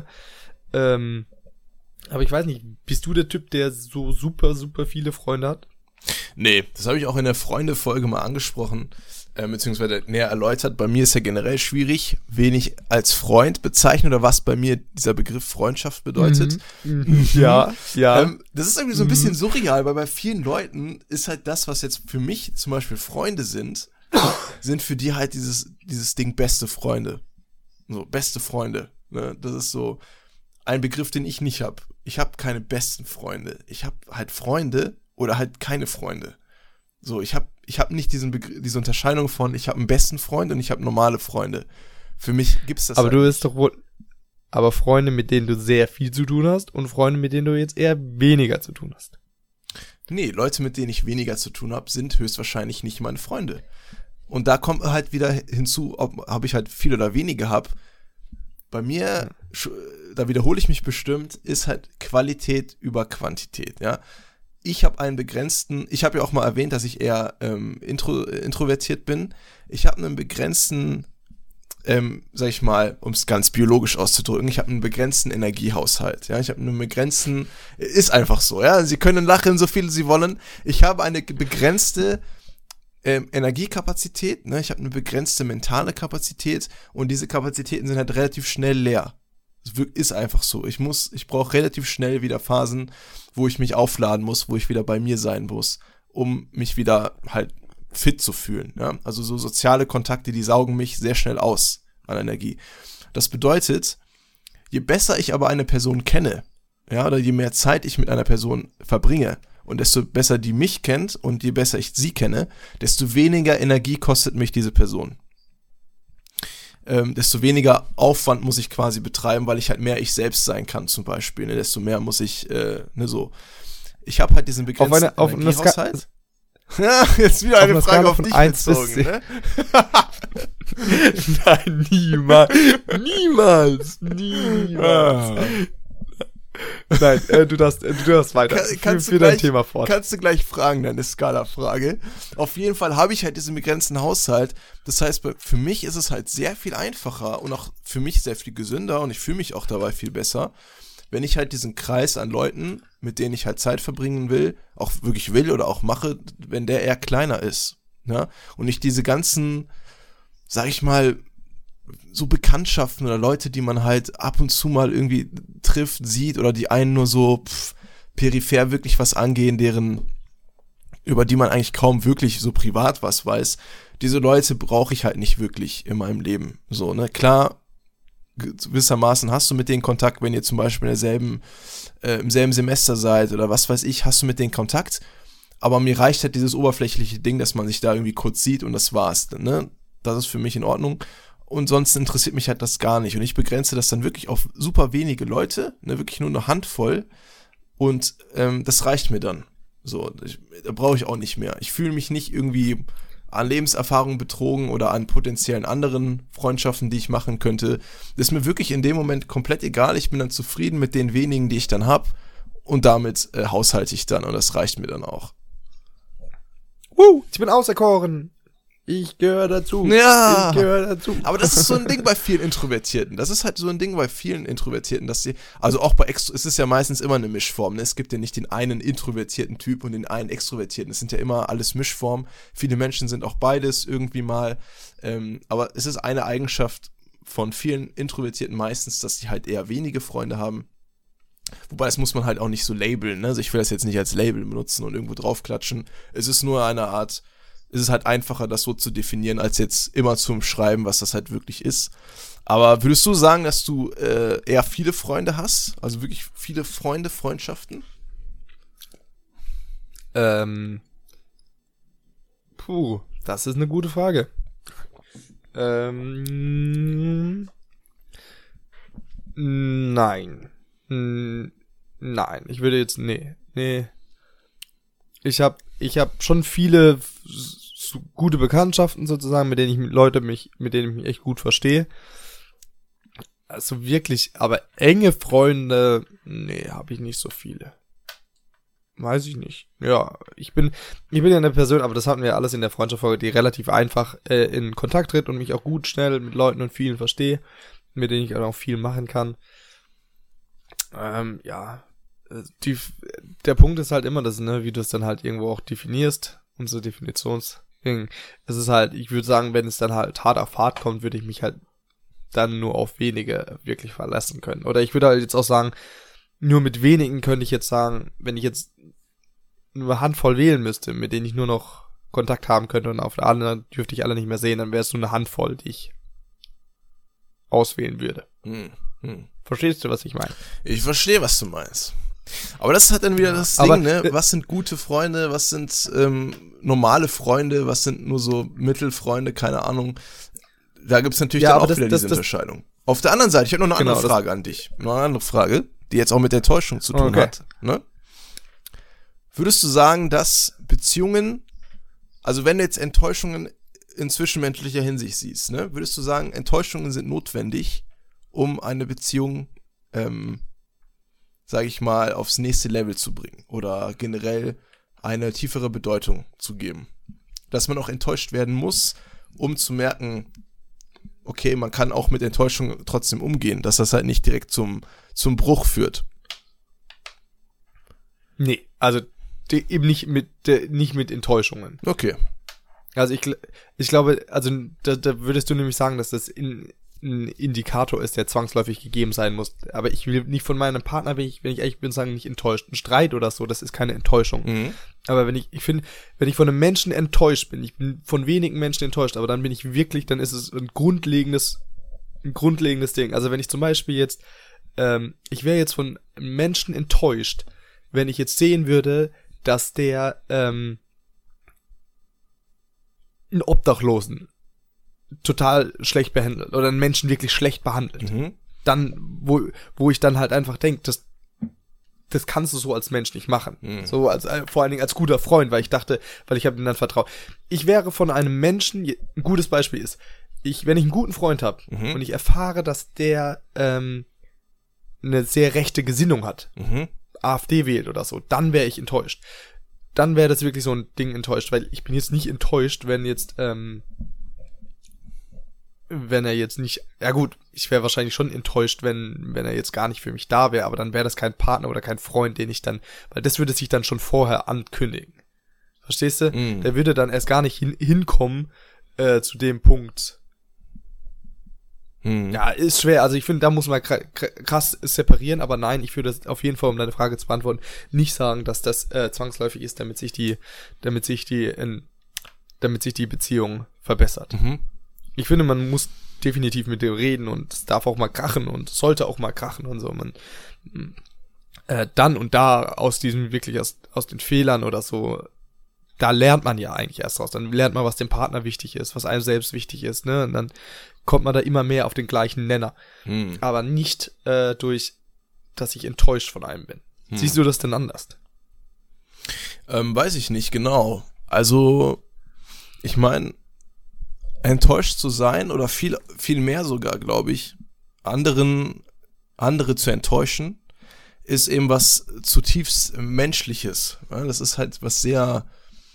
Aber ich weiß nicht, bist du der Typ, der so super, super viele Freunde hat? Nee, das habe ich auch in der Freunde-Folge mal angesprochen, beziehungsweise näher erläutert. Bei mir ist ja generell schwierig, wen ich als Freund bezeichne oder was bei mir dieser Begriff Freundschaft bedeutet. Ja. Das ist irgendwie so ein bisschen surreal, weil bei vielen Leuten ist halt das, was jetzt für mich zum Beispiel Freunde sind für die halt dieses Ding beste Freunde. So, beste Freunde. Ne? Das ist so ein Begriff, den ich nicht habe. Ich habe keine besten Freunde. Ich habe halt Freunde oder halt keine Freunde. So, ich hab nicht diese Unterscheidung von, ich habe einen besten Freund und ich habe normale Freunde. Für mich gibt's das. Aber du bist doch wohl, aber Freunde, mit denen du sehr viel zu tun hast und Freunde, mit denen du jetzt eher weniger zu tun hast. Nee, Leute, mit denen ich weniger zu tun habe, sind höchstwahrscheinlich nicht meine Freunde. Und da kommt halt wieder hinzu, ob ich halt viel oder wenige habe. Bei mir, da wiederhole ich mich bestimmt, ist halt Qualität über Quantität, ja. Ich habe ja auch mal erwähnt, dass ich eher introvertiert bin. Ich habe einen begrenzten, sag ich mal, um es ganz biologisch auszudrücken, ich habe einen begrenzten Energiehaushalt, ja. Ich habe einen begrenzten, ist einfach so, ja. Sie können lachen, so viel Sie wollen. Ich habe eine begrenzte Energiekapazität, ne? Ich habe eine begrenzte mentale Kapazität und diese Kapazitäten sind halt relativ schnell leer. Ist einfach so. Ich brauche relativ schnell wieder Phasen, wo ich mich aufladen muss, wo ich wieder bei mir sein muss, um mich wieder halt fit zu fühlen. Ja? Also so soziale Kontakte, die saugen mich sehr schnell aus an Energie. Das bedeutet, je besser ich aber eine Person kenne, ja, oder je mehr Zeit ich mit einer Person verbringe und desto besser die mich kennt und je besser ich sie kenne, desto weniger Energie kostet mich diese Person. Desto weniger Aufwand muss ich quasi betreiben, weil ich halt mehr ich selbst sein kann zum Beispiel. Ne? Desto mehr muss ich, so. Ich habe halt diesen begrenzten Energiehaushalt. Ja, jetzt wieder eine Frage auf dich bezogen, ne? Nein, niemals. Nein, du darfst weiter. Kannst du dein Thema fort. Kannst du gleich fragen, deine Skala-Frage. Auf jeden Fall habe ich halt diesen begrenzten Haushalt. Das heißt, für mich ist es halt sehr viel einfacher und auch für mich sehr viel gesünder und ich fühle mich auch dabei viel besser, wenn ich halt diesen Kreis an Leuten, mit denen ich halt Zeit verbringen will, auch wirklich will oder auch mache, wenn der eher kleiner ist. Ja? Und nicht diese ganzen, sag ich mal, so Bekanntschaften oder Leute, die man halt ab und zu mal irgendwie trifft, sieht oder die einen nur so peripher wirklich was angehen, über die man eigentlich kaum wirklich so privat was weiß. Diese Leute brauche ich halt nicht wirklich in meinem Leben. So, ne, klar, gewissermaßen hast du mit denen Kontakt, wenn ihr zum Beispiel im selben Semester seid oder was weiß ich, hast du mit denen Kontakt, aber mir reicht halt dieses oberflächliche Ding, dass man sich da irgendwie kurz sieht und das war's, ne? Das ist für mich in Ordnung. Und sonst interessiert mich halt das gar nicht. Und ich begrenze das dann wirklich auf super wenige Leute, ne, wirklich nur eine Handvoll. Und das reicht mir dann. So, da brauche ich auch nicht mehr. Ich fühle mich nicht irgendwie an Lebenserfahrung betrogen oder an potenziellen anderen Freundschaften, die ich machen könnte. Das ist mir wirklich in dem Moment komplett egal. Ich bin dann zufrieden mit den wenigen, die ich dann habe. Und damit haushalte ich dann. Und das reicht mir dann auch. Ich bin auserkoren. Ich gehöre dazu. Ja. Ich gehöre dazu. Aber das ist so ein Ding bei vielen Introvertierten. Das ist halt so ein Ding bei vielen Introvertierten, dass sie, also auch bei es ist ja meistens immer eine Mischform. Ne? Es gibt ja nicht den einen introvertierten Typ und den einen extrovertierten. Es sind ja immer alles Mischformen. Viele Menschen sind auch beides irgendwie mal. Aber es ist eine Eigenschaft von vielen Introvertierten meistens, dass sie halt eher wenige Freunde haben. Wobei, das muss man halt auch nicht so labeln. Ne? Also ich will das jetzt nicht als Label benutzen und irgendwo draufklatschen. Es ist nur eine Art. Es ist halt einfacher, das so zu definieren, als jetzt immer zu umschreiben, was das halt wirklich ist. Aber würdest du sagen, dass du eher viele Freunde hast? Also wirklich viele Freunde, Freundschaften? Das ist eine gute Frage. Nein. Nein, ich würde jetzt, nee. Ich hab schon viele so gute Bekanntschaften sozusagen, mit denen ich mich echt gut verstehe. Also wirklich, aber enge Freunde, nee, habe ich nicht so viele. Weiß ich nicht. Ja, ich bin ja eine Person, aber das hatten wir alles in der Freundschaftsfolge, die relativ einfach in Kontakt tritt und mich auch gut schnell mit Leuten und vielen verstehe, mit denen ich auch viel machen kann. Der Punkt ist halt immer das, ne, wie du es dann halt irgendwo auch definierst, unser Definitionsding. Es ist halt, ich würde sagen, wenn es dann halt hart auf hart kommt, würde ich mich halt dann nur auf wenige wirklich verlassen können. Oder ich würde halt jetzt auch sagen, nur mit wenigen könnte ich jetzt sagen, wenn ich jetzt nur eine Handvoll wählen müsste, mit denen ich nur noch Kontakt haben könnte und auf der anderen dürfte ich alle nicht mehr sehen, dann wäre es nur eine Handvoll, die ich auswählen würde. Verstehst du, was ich meine? Ich verstehe, was du meinst. Aber das ist halt dann wieder das Ding, ne? Was sind gute Freunde, was sind normale Freunde, was sind nur so Mittelfreunde, keine Ahnung. Da gibt's natürlich dann auch wieder diese Unterscheidung. Auf der anderen Seite, ich habe noch eine andere Frage an dich. Noch eine andere Frage, die jetzt auch mit der Enttäuschung zu tun hat. Ne? Würdest du sagen, dass Beziehungen, also wenn du jetzt Enttäuschungen in zwischenmenschlicher Hinsicht siehst, ne, würdest du sagen, Enttäuschungen sind notwendig, um eine Beziehung, sage ich mal, aufs nächste Level zu bringen oder generell eine tiefere Bedeutung zu geben? Dass man auch enttäuscht werden muss, um zu merken, okay, man kann auch mit Enttäuschung trotzdem umgehen, dass das halt nicht direkt zum Bruch führt. Nee, also eben nicht mit Enttäuschungen. Okay. Also ich glaube, also da würdest du nämlich sagen, dass das ein Indikator ist, der zwangsläufig gegeben sein muss. Aber ich will nicht von meinem Partner, wenn ich ehrlich bin, sagen, nicht enttäuscht. Ein Streit oder so, das ist keine Enttäuschung. Aber wenn ich finde, wenn ich von einem Menschen enttäuscht bin, ich bin von wenigen Menschen enttäuscht, aber dann bin ich wirklich, dann ist es ein grundlegendes Ding. Also wenn ich zum Beispiel jetzt, ich wäre jetzt von einem Menschen enttäuscht, wenn ich jetzt sehen würde, dass der einen Obdachlosen total schlecht behandelt oder einen Menschen wirklich schlecht behandelt. Dann, wo ich dann halt einfach denke, das kannst du so als Mensch nicht machen. So als vor allen Dingen als guter Freund, weil ich habe ihm dann vertraut. Ich wäre von einem Menschen, ein gutes Beispiel ist, wenn ich einen guten Freund habe und ich erfahre, dass der eine sehr rechte Gesinnung hat, AfD wählt oder so, dann wäre ich enttäuscht. Dann wäre das wirklich so ein Ding enttäuscht, weil ich bin jetzt nicht enttäuscht, wenn er jetzt nicht, ja gut, ich wäre wahrscheinlich schon enttäuscht, wenn er jetzt gar nicht für mich da wäre, aber dann wäre das kein Partner oder kein Freund, den ich dann, weil das würde sich dann schon vorher ankündigen. Verstehst du? Der würde dann erst gar nicht hinkommen zu dem Punkt. Ja, ist schwer, also ich finde, da muss man krass separieren, aber nein, ich würde auf jeden Fall, um deine Frage zu beantworten, nicht sagen, dass das zwangsläufig ist, damit sich die Beziehung verbessert. Ich finde, man muss definitiv mit dem reden und es darf auch mal krachen und sollte auch mal krachen und so. Man dann und da aus diesem wirklich aus den Fehlern oder so, da lernt man ja eigentlich erst raus. Dann lernt man, was dem Partner wichtig ist, was einem selbst wichtig ist, ne? Und dann kommt man da immer mehr auf den gleichen Nenner. Aber nicht durch, dass ich enttäuscht von einem bin. Siehst du das denn anders? Weiß ich nicht genau. Also, ich meine, enttäuscht zu sein oder viel mehr sogar, glaube ich, andere zu enttäuschen, ist eben was zutiefst Menschliches. Ja, das ist halt was sehr,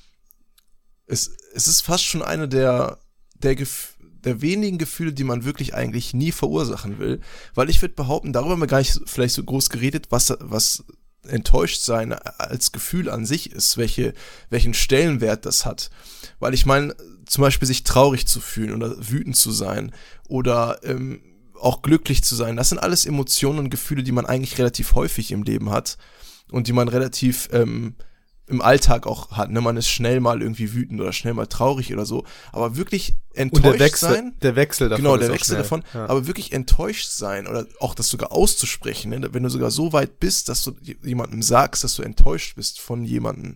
es ist fast schon eine der wenigen Gefühle, die man wirklich eigentlich nie verursachen will, weil ich würde behaupten, darüber haben wir gar nicht vielleicht so groß geredet, was enttäuscht sein als Gefühl an sich ist, welchen Stellenwert das hat. Weil ich meine, zum Beispiel sich traurig zu fühlen oder wütend zu sein oder auch glücklich zu sein, das sind alles Emotionen und Gefühle, die man eigentlich relativ häufig im Leben hat und die man relativ im Alltag auch hat. Ne? Man ist schnell mal irgendwie wütend oder schnell mal traurig oder so, aber wirklich enttäuscht sein. Der Wechsel davon. Genau, der Wechsel davon. Ja. Aber wirklich enttäuscht sein oder auch das sogar auszusprechen, ne? Wenn du sogar so weit bist, dass du jemandem sagst, dass du enttäuscht bist von jemandem.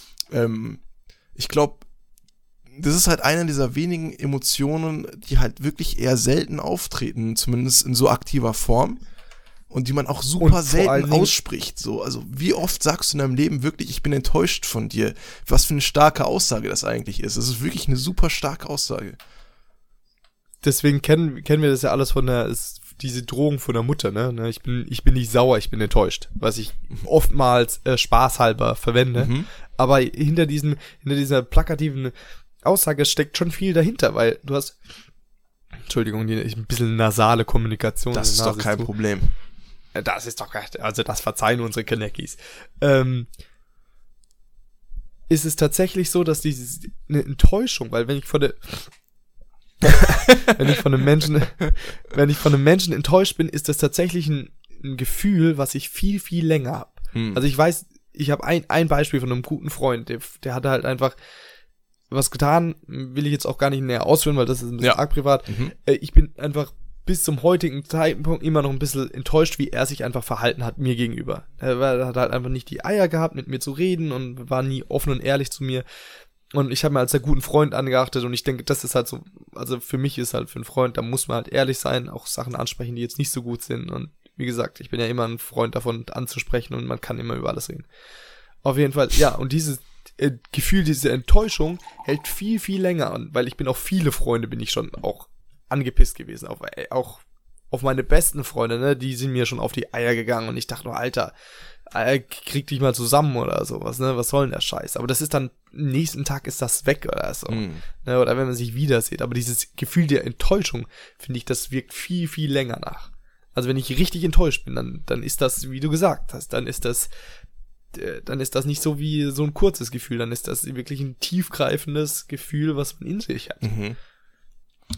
Ich glaube, das ist halt eine dieser wenigen Emotionen, die halt wirklich eher selten auftreten, zumindest in so aktiver Form. Und die man auch super selten ausspricht. So, also wie oft sagst du in deinem Leben wirklich, ich bin enttäuscht von dir? Was für eine starke Aussage das eigentlich ist. Das ist wirklich eine super starke Aussage. Deswegen kennen wir das ja alles diese Drohung von der Mutter, ne? Ich bin nicht sauer, ich bin enttäuscht. Was ich oftmals spaßhalber verwende. Aber hinter dieser plakativen Aussage steckt schon viel dahinter, weil du hast, Entschuldigung, ein bisschen nasale Kommunikation. Das ist doch kein Problem. Das ist doch, also das verzeihen unsere Kenneckis. Ist es tatsächlich so, dass eine Enttäuschung, weil wenn ich von einem Menschen enttäuscht bin, ist das tatsächlich ein Gefühl, was ich viel, viel länger habe. Also ich weiß, ich habe ein Beispiel von einem guten Freund, der hatte halt einfach was getan, will ich jetzt auch gar nicht näher ausführen, weil das ist ein bisschen arg privat. Ich bin einfach bis zum heutigen Zeitpunkt immer noch ein bisschen enttäuscht, wie er sich einfach verhalten hat mir gegenüber. Er hat halt einfach nicht die Eier gehabt, mit mir zu reden und war nie offen und ehrlich zu mir. Und ich habe mir als einen guten Freund angeachtet und ich denke, das ist halt so, also für mich ist halt für einen Freund, da muss man halt ehrlich sein, auch Sachen ansprechen, die jetzt nicht so gut sind. Und wie gesagt, ich bin ja immer ein Freund davon anzusprechen und man kann immer über alles reden. Auf jeden Fall, ja, und dieses Gefühl, diese Enttäuschung hält viel, viel länger an, weil ich bin auf viele Freunde, bin ich schon auch angepisst gewesen, auch auf meine besten Freunde, ne, die sind mir schon auf die Eier gegangen und ich dachte nur, Alter, krieg dich mal zusammen oder sowas, ne, was soll denn der Scheiß? Aber das ist dann, nächsten Tag ist das weg oder so, ne, oder wenn man sich wieder sieht, aber dieses Gefühl der Enttäuschung, finde ich, das wirkt viel, viel länger nach. Also wenn ich richtig enttäuscht bin, dann ist das, wie du gesagt hast, dann ist das nicht so wie so ein kurzes Gefühl, dann ist das wirklich ein tiefgreifendes Gefühl, was man in sich hat.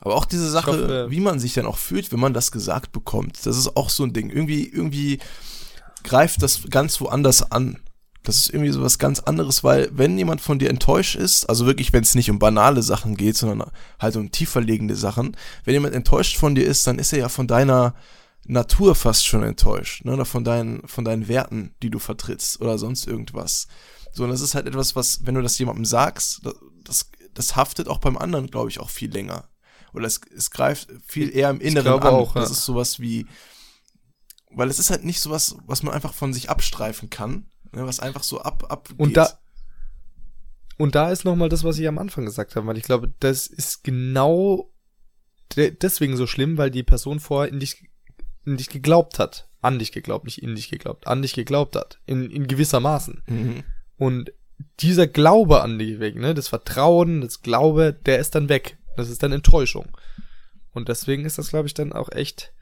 Aber auch diese Sache, hoffe, wie man sich dann auch fühlt, wenn man das gesagt bekommt, das ist auch so ein Ding. Irgendwie greift das ganz woanders an. Das ist irgendwie so was ganz anderes, weil wenn jemand von dir enttäuscht ist, also wirklich, wenn es nicht um banale Sachen geht, sondern halt um tiefer liegende Sachen, wenn jemand enttäuscht von dir ist, dann ist er ja von deiner Natur fast schon enttäuscht, ne? Oder von deinen Werten, die du vertrittst oder sonst irgendwas. So, und das ist halt etwas, was, wenn du das jemandem sagst, das haftet auch beim anderen, glaube ich, auch viel länger. Oder es greift viel eher im Inneren an. auch, das ist sowas wie, weil es ist halt nicht sowas, was man einfach von sich abstreifen kann, ne, was einfach so abgeht. Und da ist nochmal das, was ich am Anfang gesagt habe, weil ich glaube, das ist genau deswegen so schlimm, weil die Person vorher in dich geglaubt hat. An dich geglaubt, nicht in dich geglaubt. An dich geglaubt hat. In gewissermaßen. Mhm. Und dieser Glaube an dich weg, ne, das Vertrauen, das Glaube, der ist dann weg. Das ist dann Enttäuschung. Und deswegen ist das, glaube ich, dann auch echt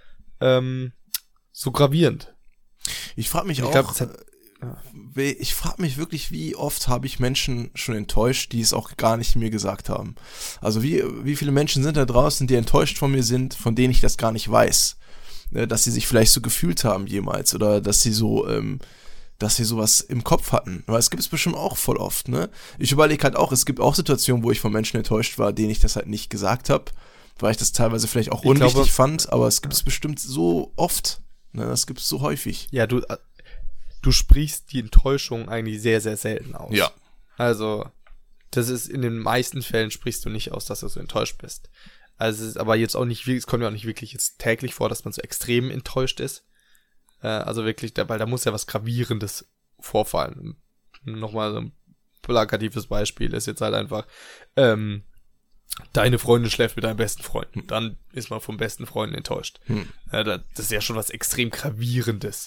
so gravierend. Ich frage mich ich frage mich wirklich, wie oft habe ich Menschen schon enttäuscht, die es auch gar nicht mir gesagt haben. Also wie viele Menschen sind da draußen, die enttäuscht von mir sind, von denen ich das gar nicht weiß. Dass sie sich vielleicht so gefühlt haben jemals oder dass sie sowas im Kopf hatten. Weil es gibt es bestimmt auch voll oft, ne? Ich überlege halt auch, es gibt auch Situationen, wo ich von Menschen enttäuscht war, denen ich das halt nicht gesagt habe, weil ich das teilweise vielleicht auch unwichtig fand, aber es gibt es bestimmt so oft, ne? Das gibt es so häufig. Ja, du sprichst die Enttäuschung eigentlich sehr, sehr selten aus. Ja. Also, das ist in den meisten Fällen sprichst du nicht aus, dass du so enttäuscht bist. Also, es ist aber jetzt auch nicht, es kommt ja auch nicht wirklich jetzt täglich vor, dass man so extrem enttäuscht ist. Also wirklich, weil da muss ja was Gravierendes vorfallen. Nochmal so ein plakatives Beispiel ist jetzt halt einfach, deine Freundin schläft mit deinem besten Freund. Dann ist man vom besten Freund enttäuscht. Das ist ja schon was extrem Gravierendes.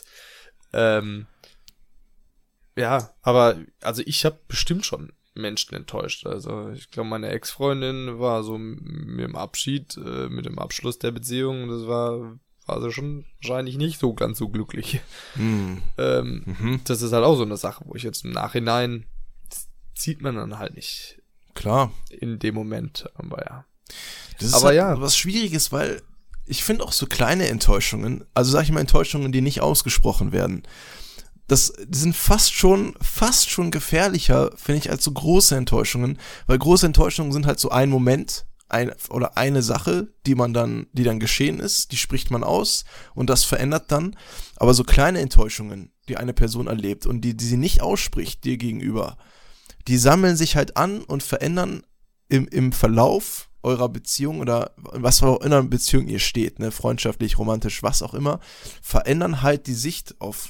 Ja, aber also ich habe bestimmt schon Menschen enttäuscht. Also ich glaube, meine Ex-Freundin war so mit dem Abschied, mit dem Abschluss der Beziehung, das war sie schon wahrscheinlich nicht so ganz so glücklich. Das ist halt auch so eine Sache, wo ich jetzt im Nachhinein, das sieht man dann halt nicht. Klar. In dem Moment, aber ja. Das ist aber halt was Schwieriges, weil ich finde auch so kleine Enttäuschungen, also sag ich mal Enttäuschungen, die nicht ausgesprochen werden, die sind fast schon gefährlicher, finde ich, als so große Enttäuschungen, weil große Enttäuschungen sind halt so ein Moment, oder eine Sache, die dann geschehen ist, die spricht man aus und das verändert dann, aber so kleine Enttäuschungen, die eine Person erlebt und die sie nicht ausspricht dir gegenüber, die sammeln sich halt an und verändern im Verlauf eurer Beziehung oder was auch in einer Beziehung ihr steht, ne, freundschaftlich, romantisch, was auch immer, verändern halt die Sicht auf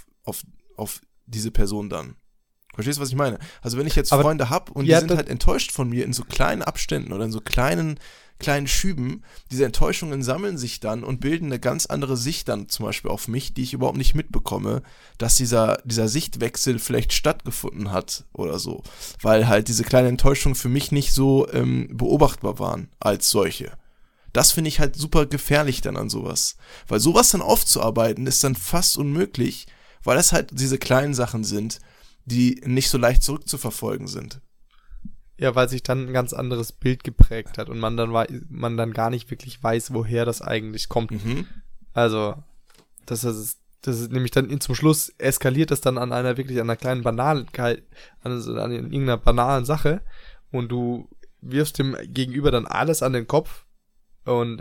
diese Person dann. Verstehst du, was ich meine? Also wenn ich jetzt Freunde habe und die sind halt enttäuscht von mir in so kleinen Abständen oder in so kleinen Schüben, diese Enttäuschungen sammeln sich dann und bilden eine ganz andere Sicht dann zum Beispiel auf mich, die ich überhaupt nicht mitbekomme, dass dieser Sichtwechsel vielleicht stattgefunden hat oder so. Weil halt diese kleinen Enttäuschungen für mich nicht so beobachtbar waren als solche. Das finde ich halt super gefährlich dann an sowas. Weil sowas dann aufzuarbeiten ist dann fast unmöglich, weil es halt diese kleinen Sachen sind, die nicht so leicht zurückzuverfolgen sind. Ja, weil sich dann ein ganz anderes Bild geprägt hat und man dann gar nicht wirklich weiß, woher das eigentlich kommt. Also, das ist nämlich dann zum Schluss eskaliert das dann an einer kleinen Banalität, an irgendeiner banalen Sache und du wirfst dem Gegenüber dann alles an den Kopf und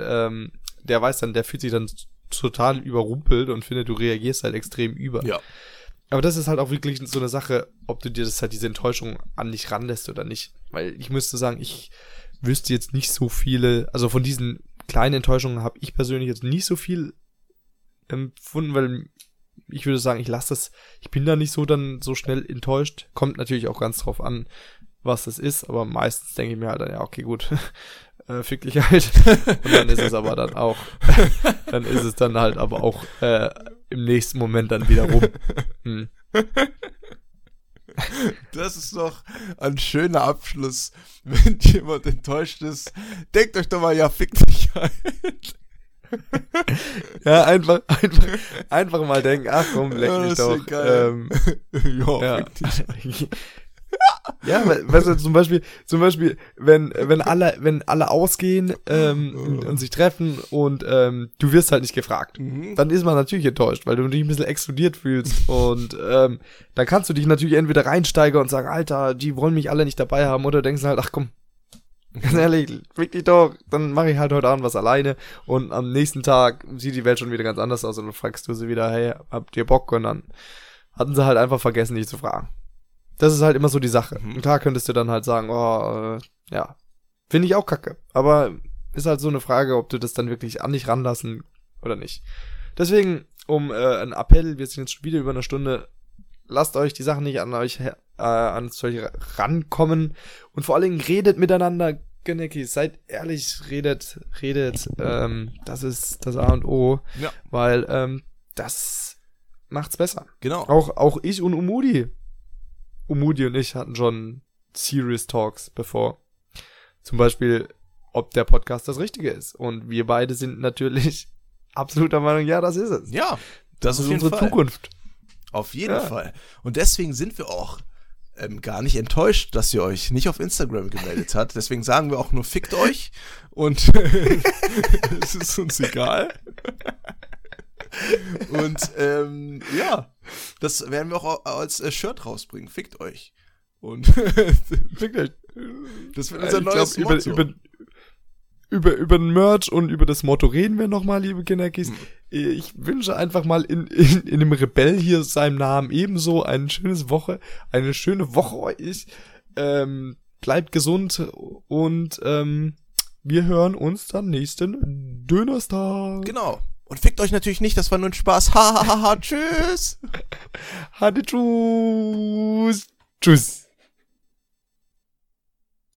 der fühlt sich dann total überrumpelt und findet, du reagierst halt extrem über. Ja. Aber das ist halt auch wirklich so eine Sache, ob du dir diese Enttäuschung an dich ranlässt oder nicht. Weil ich müsste sagen, ich wüsste jetzt nicht so viele, also von diesen kleinen Enttäuschungen habe ich persönlich jetzt nicht so viel empfunden, weil ich würde sagen, ich bin da nicht so schnell enttäuscht. Kommt natürlich auch ganz drauf an, was das ist, aber meistens denke ich mir halt dann, ja, okay, gut, fick dich halt. Und dann ist es aber dann auch, im nächsten Moment dann wieder rum. Das ist doch ein schöner Abschluss, wenn jemand enttäuscht ist. Denkt euch doch mal, ja, fick dich halt. Ja, einfach mal denken, ach komm, leck mich doch. Geil. Ja, fick dich. Ja, weißt du, zum Beispiel, wenn alle ausgehen und sich treffen und du wirst halt nicht gefragt, dann ist man natürlich enttäuscht, weil du dich ein bisschen exkludiert fühlst und dann kannst du dich natürlich entweder reinsteigern und sagen, Alter, die wollen mich alle nicht dabei haben, oder denkst halt, ach komm, ganz ehrlich, wirklich doch, dann mache ich halt heute Abend was alleine und am nächsten Tag sieht die Welt schon wieder ganz anders aus und dann fragst du sie wieder, hey, habt ihr Bock? Und dann hatten sie halt einfach vergessen, dich zu fragen. Das ist halt immer so die Sache. Und klar könntest du dann halt sagen, ja, finde ich auch kacke. Aber ist halt so eine Frage, ob du das dann wirklich an dich ranlassen oder nicht. Deswegen, ein Appell, wir sind jetzt schon wieder über eine Stunde, lasst euch die Sachen nicht an euch rankommen und vor allen Dingen redet miteinander, Genecki, seid ehrlich, redet, das ist das A und O, Ja. weil das macht's besser. Genau. Auch ich und Umudi und ich hatten schon Serious Talks bevor. Zum Beispiel, ob der Podcast das Richtige ist. Und wir beide sind natürlich absoluter Meinung, ja, das ist es. Ja, das ist auf jeden unsere Fall. Zukunft. Auf jeden Fall. Und deswegen sind wir auch gar nicht enttäuscht, dass ihr euch nicht auf Instagram gemeldet habt. Deswegen sagen wir auch nur, fickt euch. Und es ist uns egal. Und ja, das werden wir auch als Shirt rausbringen. Fickt euch. Und Fickt euch. Das wird unser neues Motto. Über den Merch und über das Motto reden wir nochmal, liebe Kinderkis. Ich wünsche einfach mal in dem Rebell hier seinem Namen ebenso eine schöne Woche euch. Bleibt gesund und wir hören uns dann nächsten Dönerstag. Genau. Und fickt euch natürlich nicht, das war nur ein Spaß. Ha, ha, ha, ha, tschüss. Hatte tschüss. Tschüss.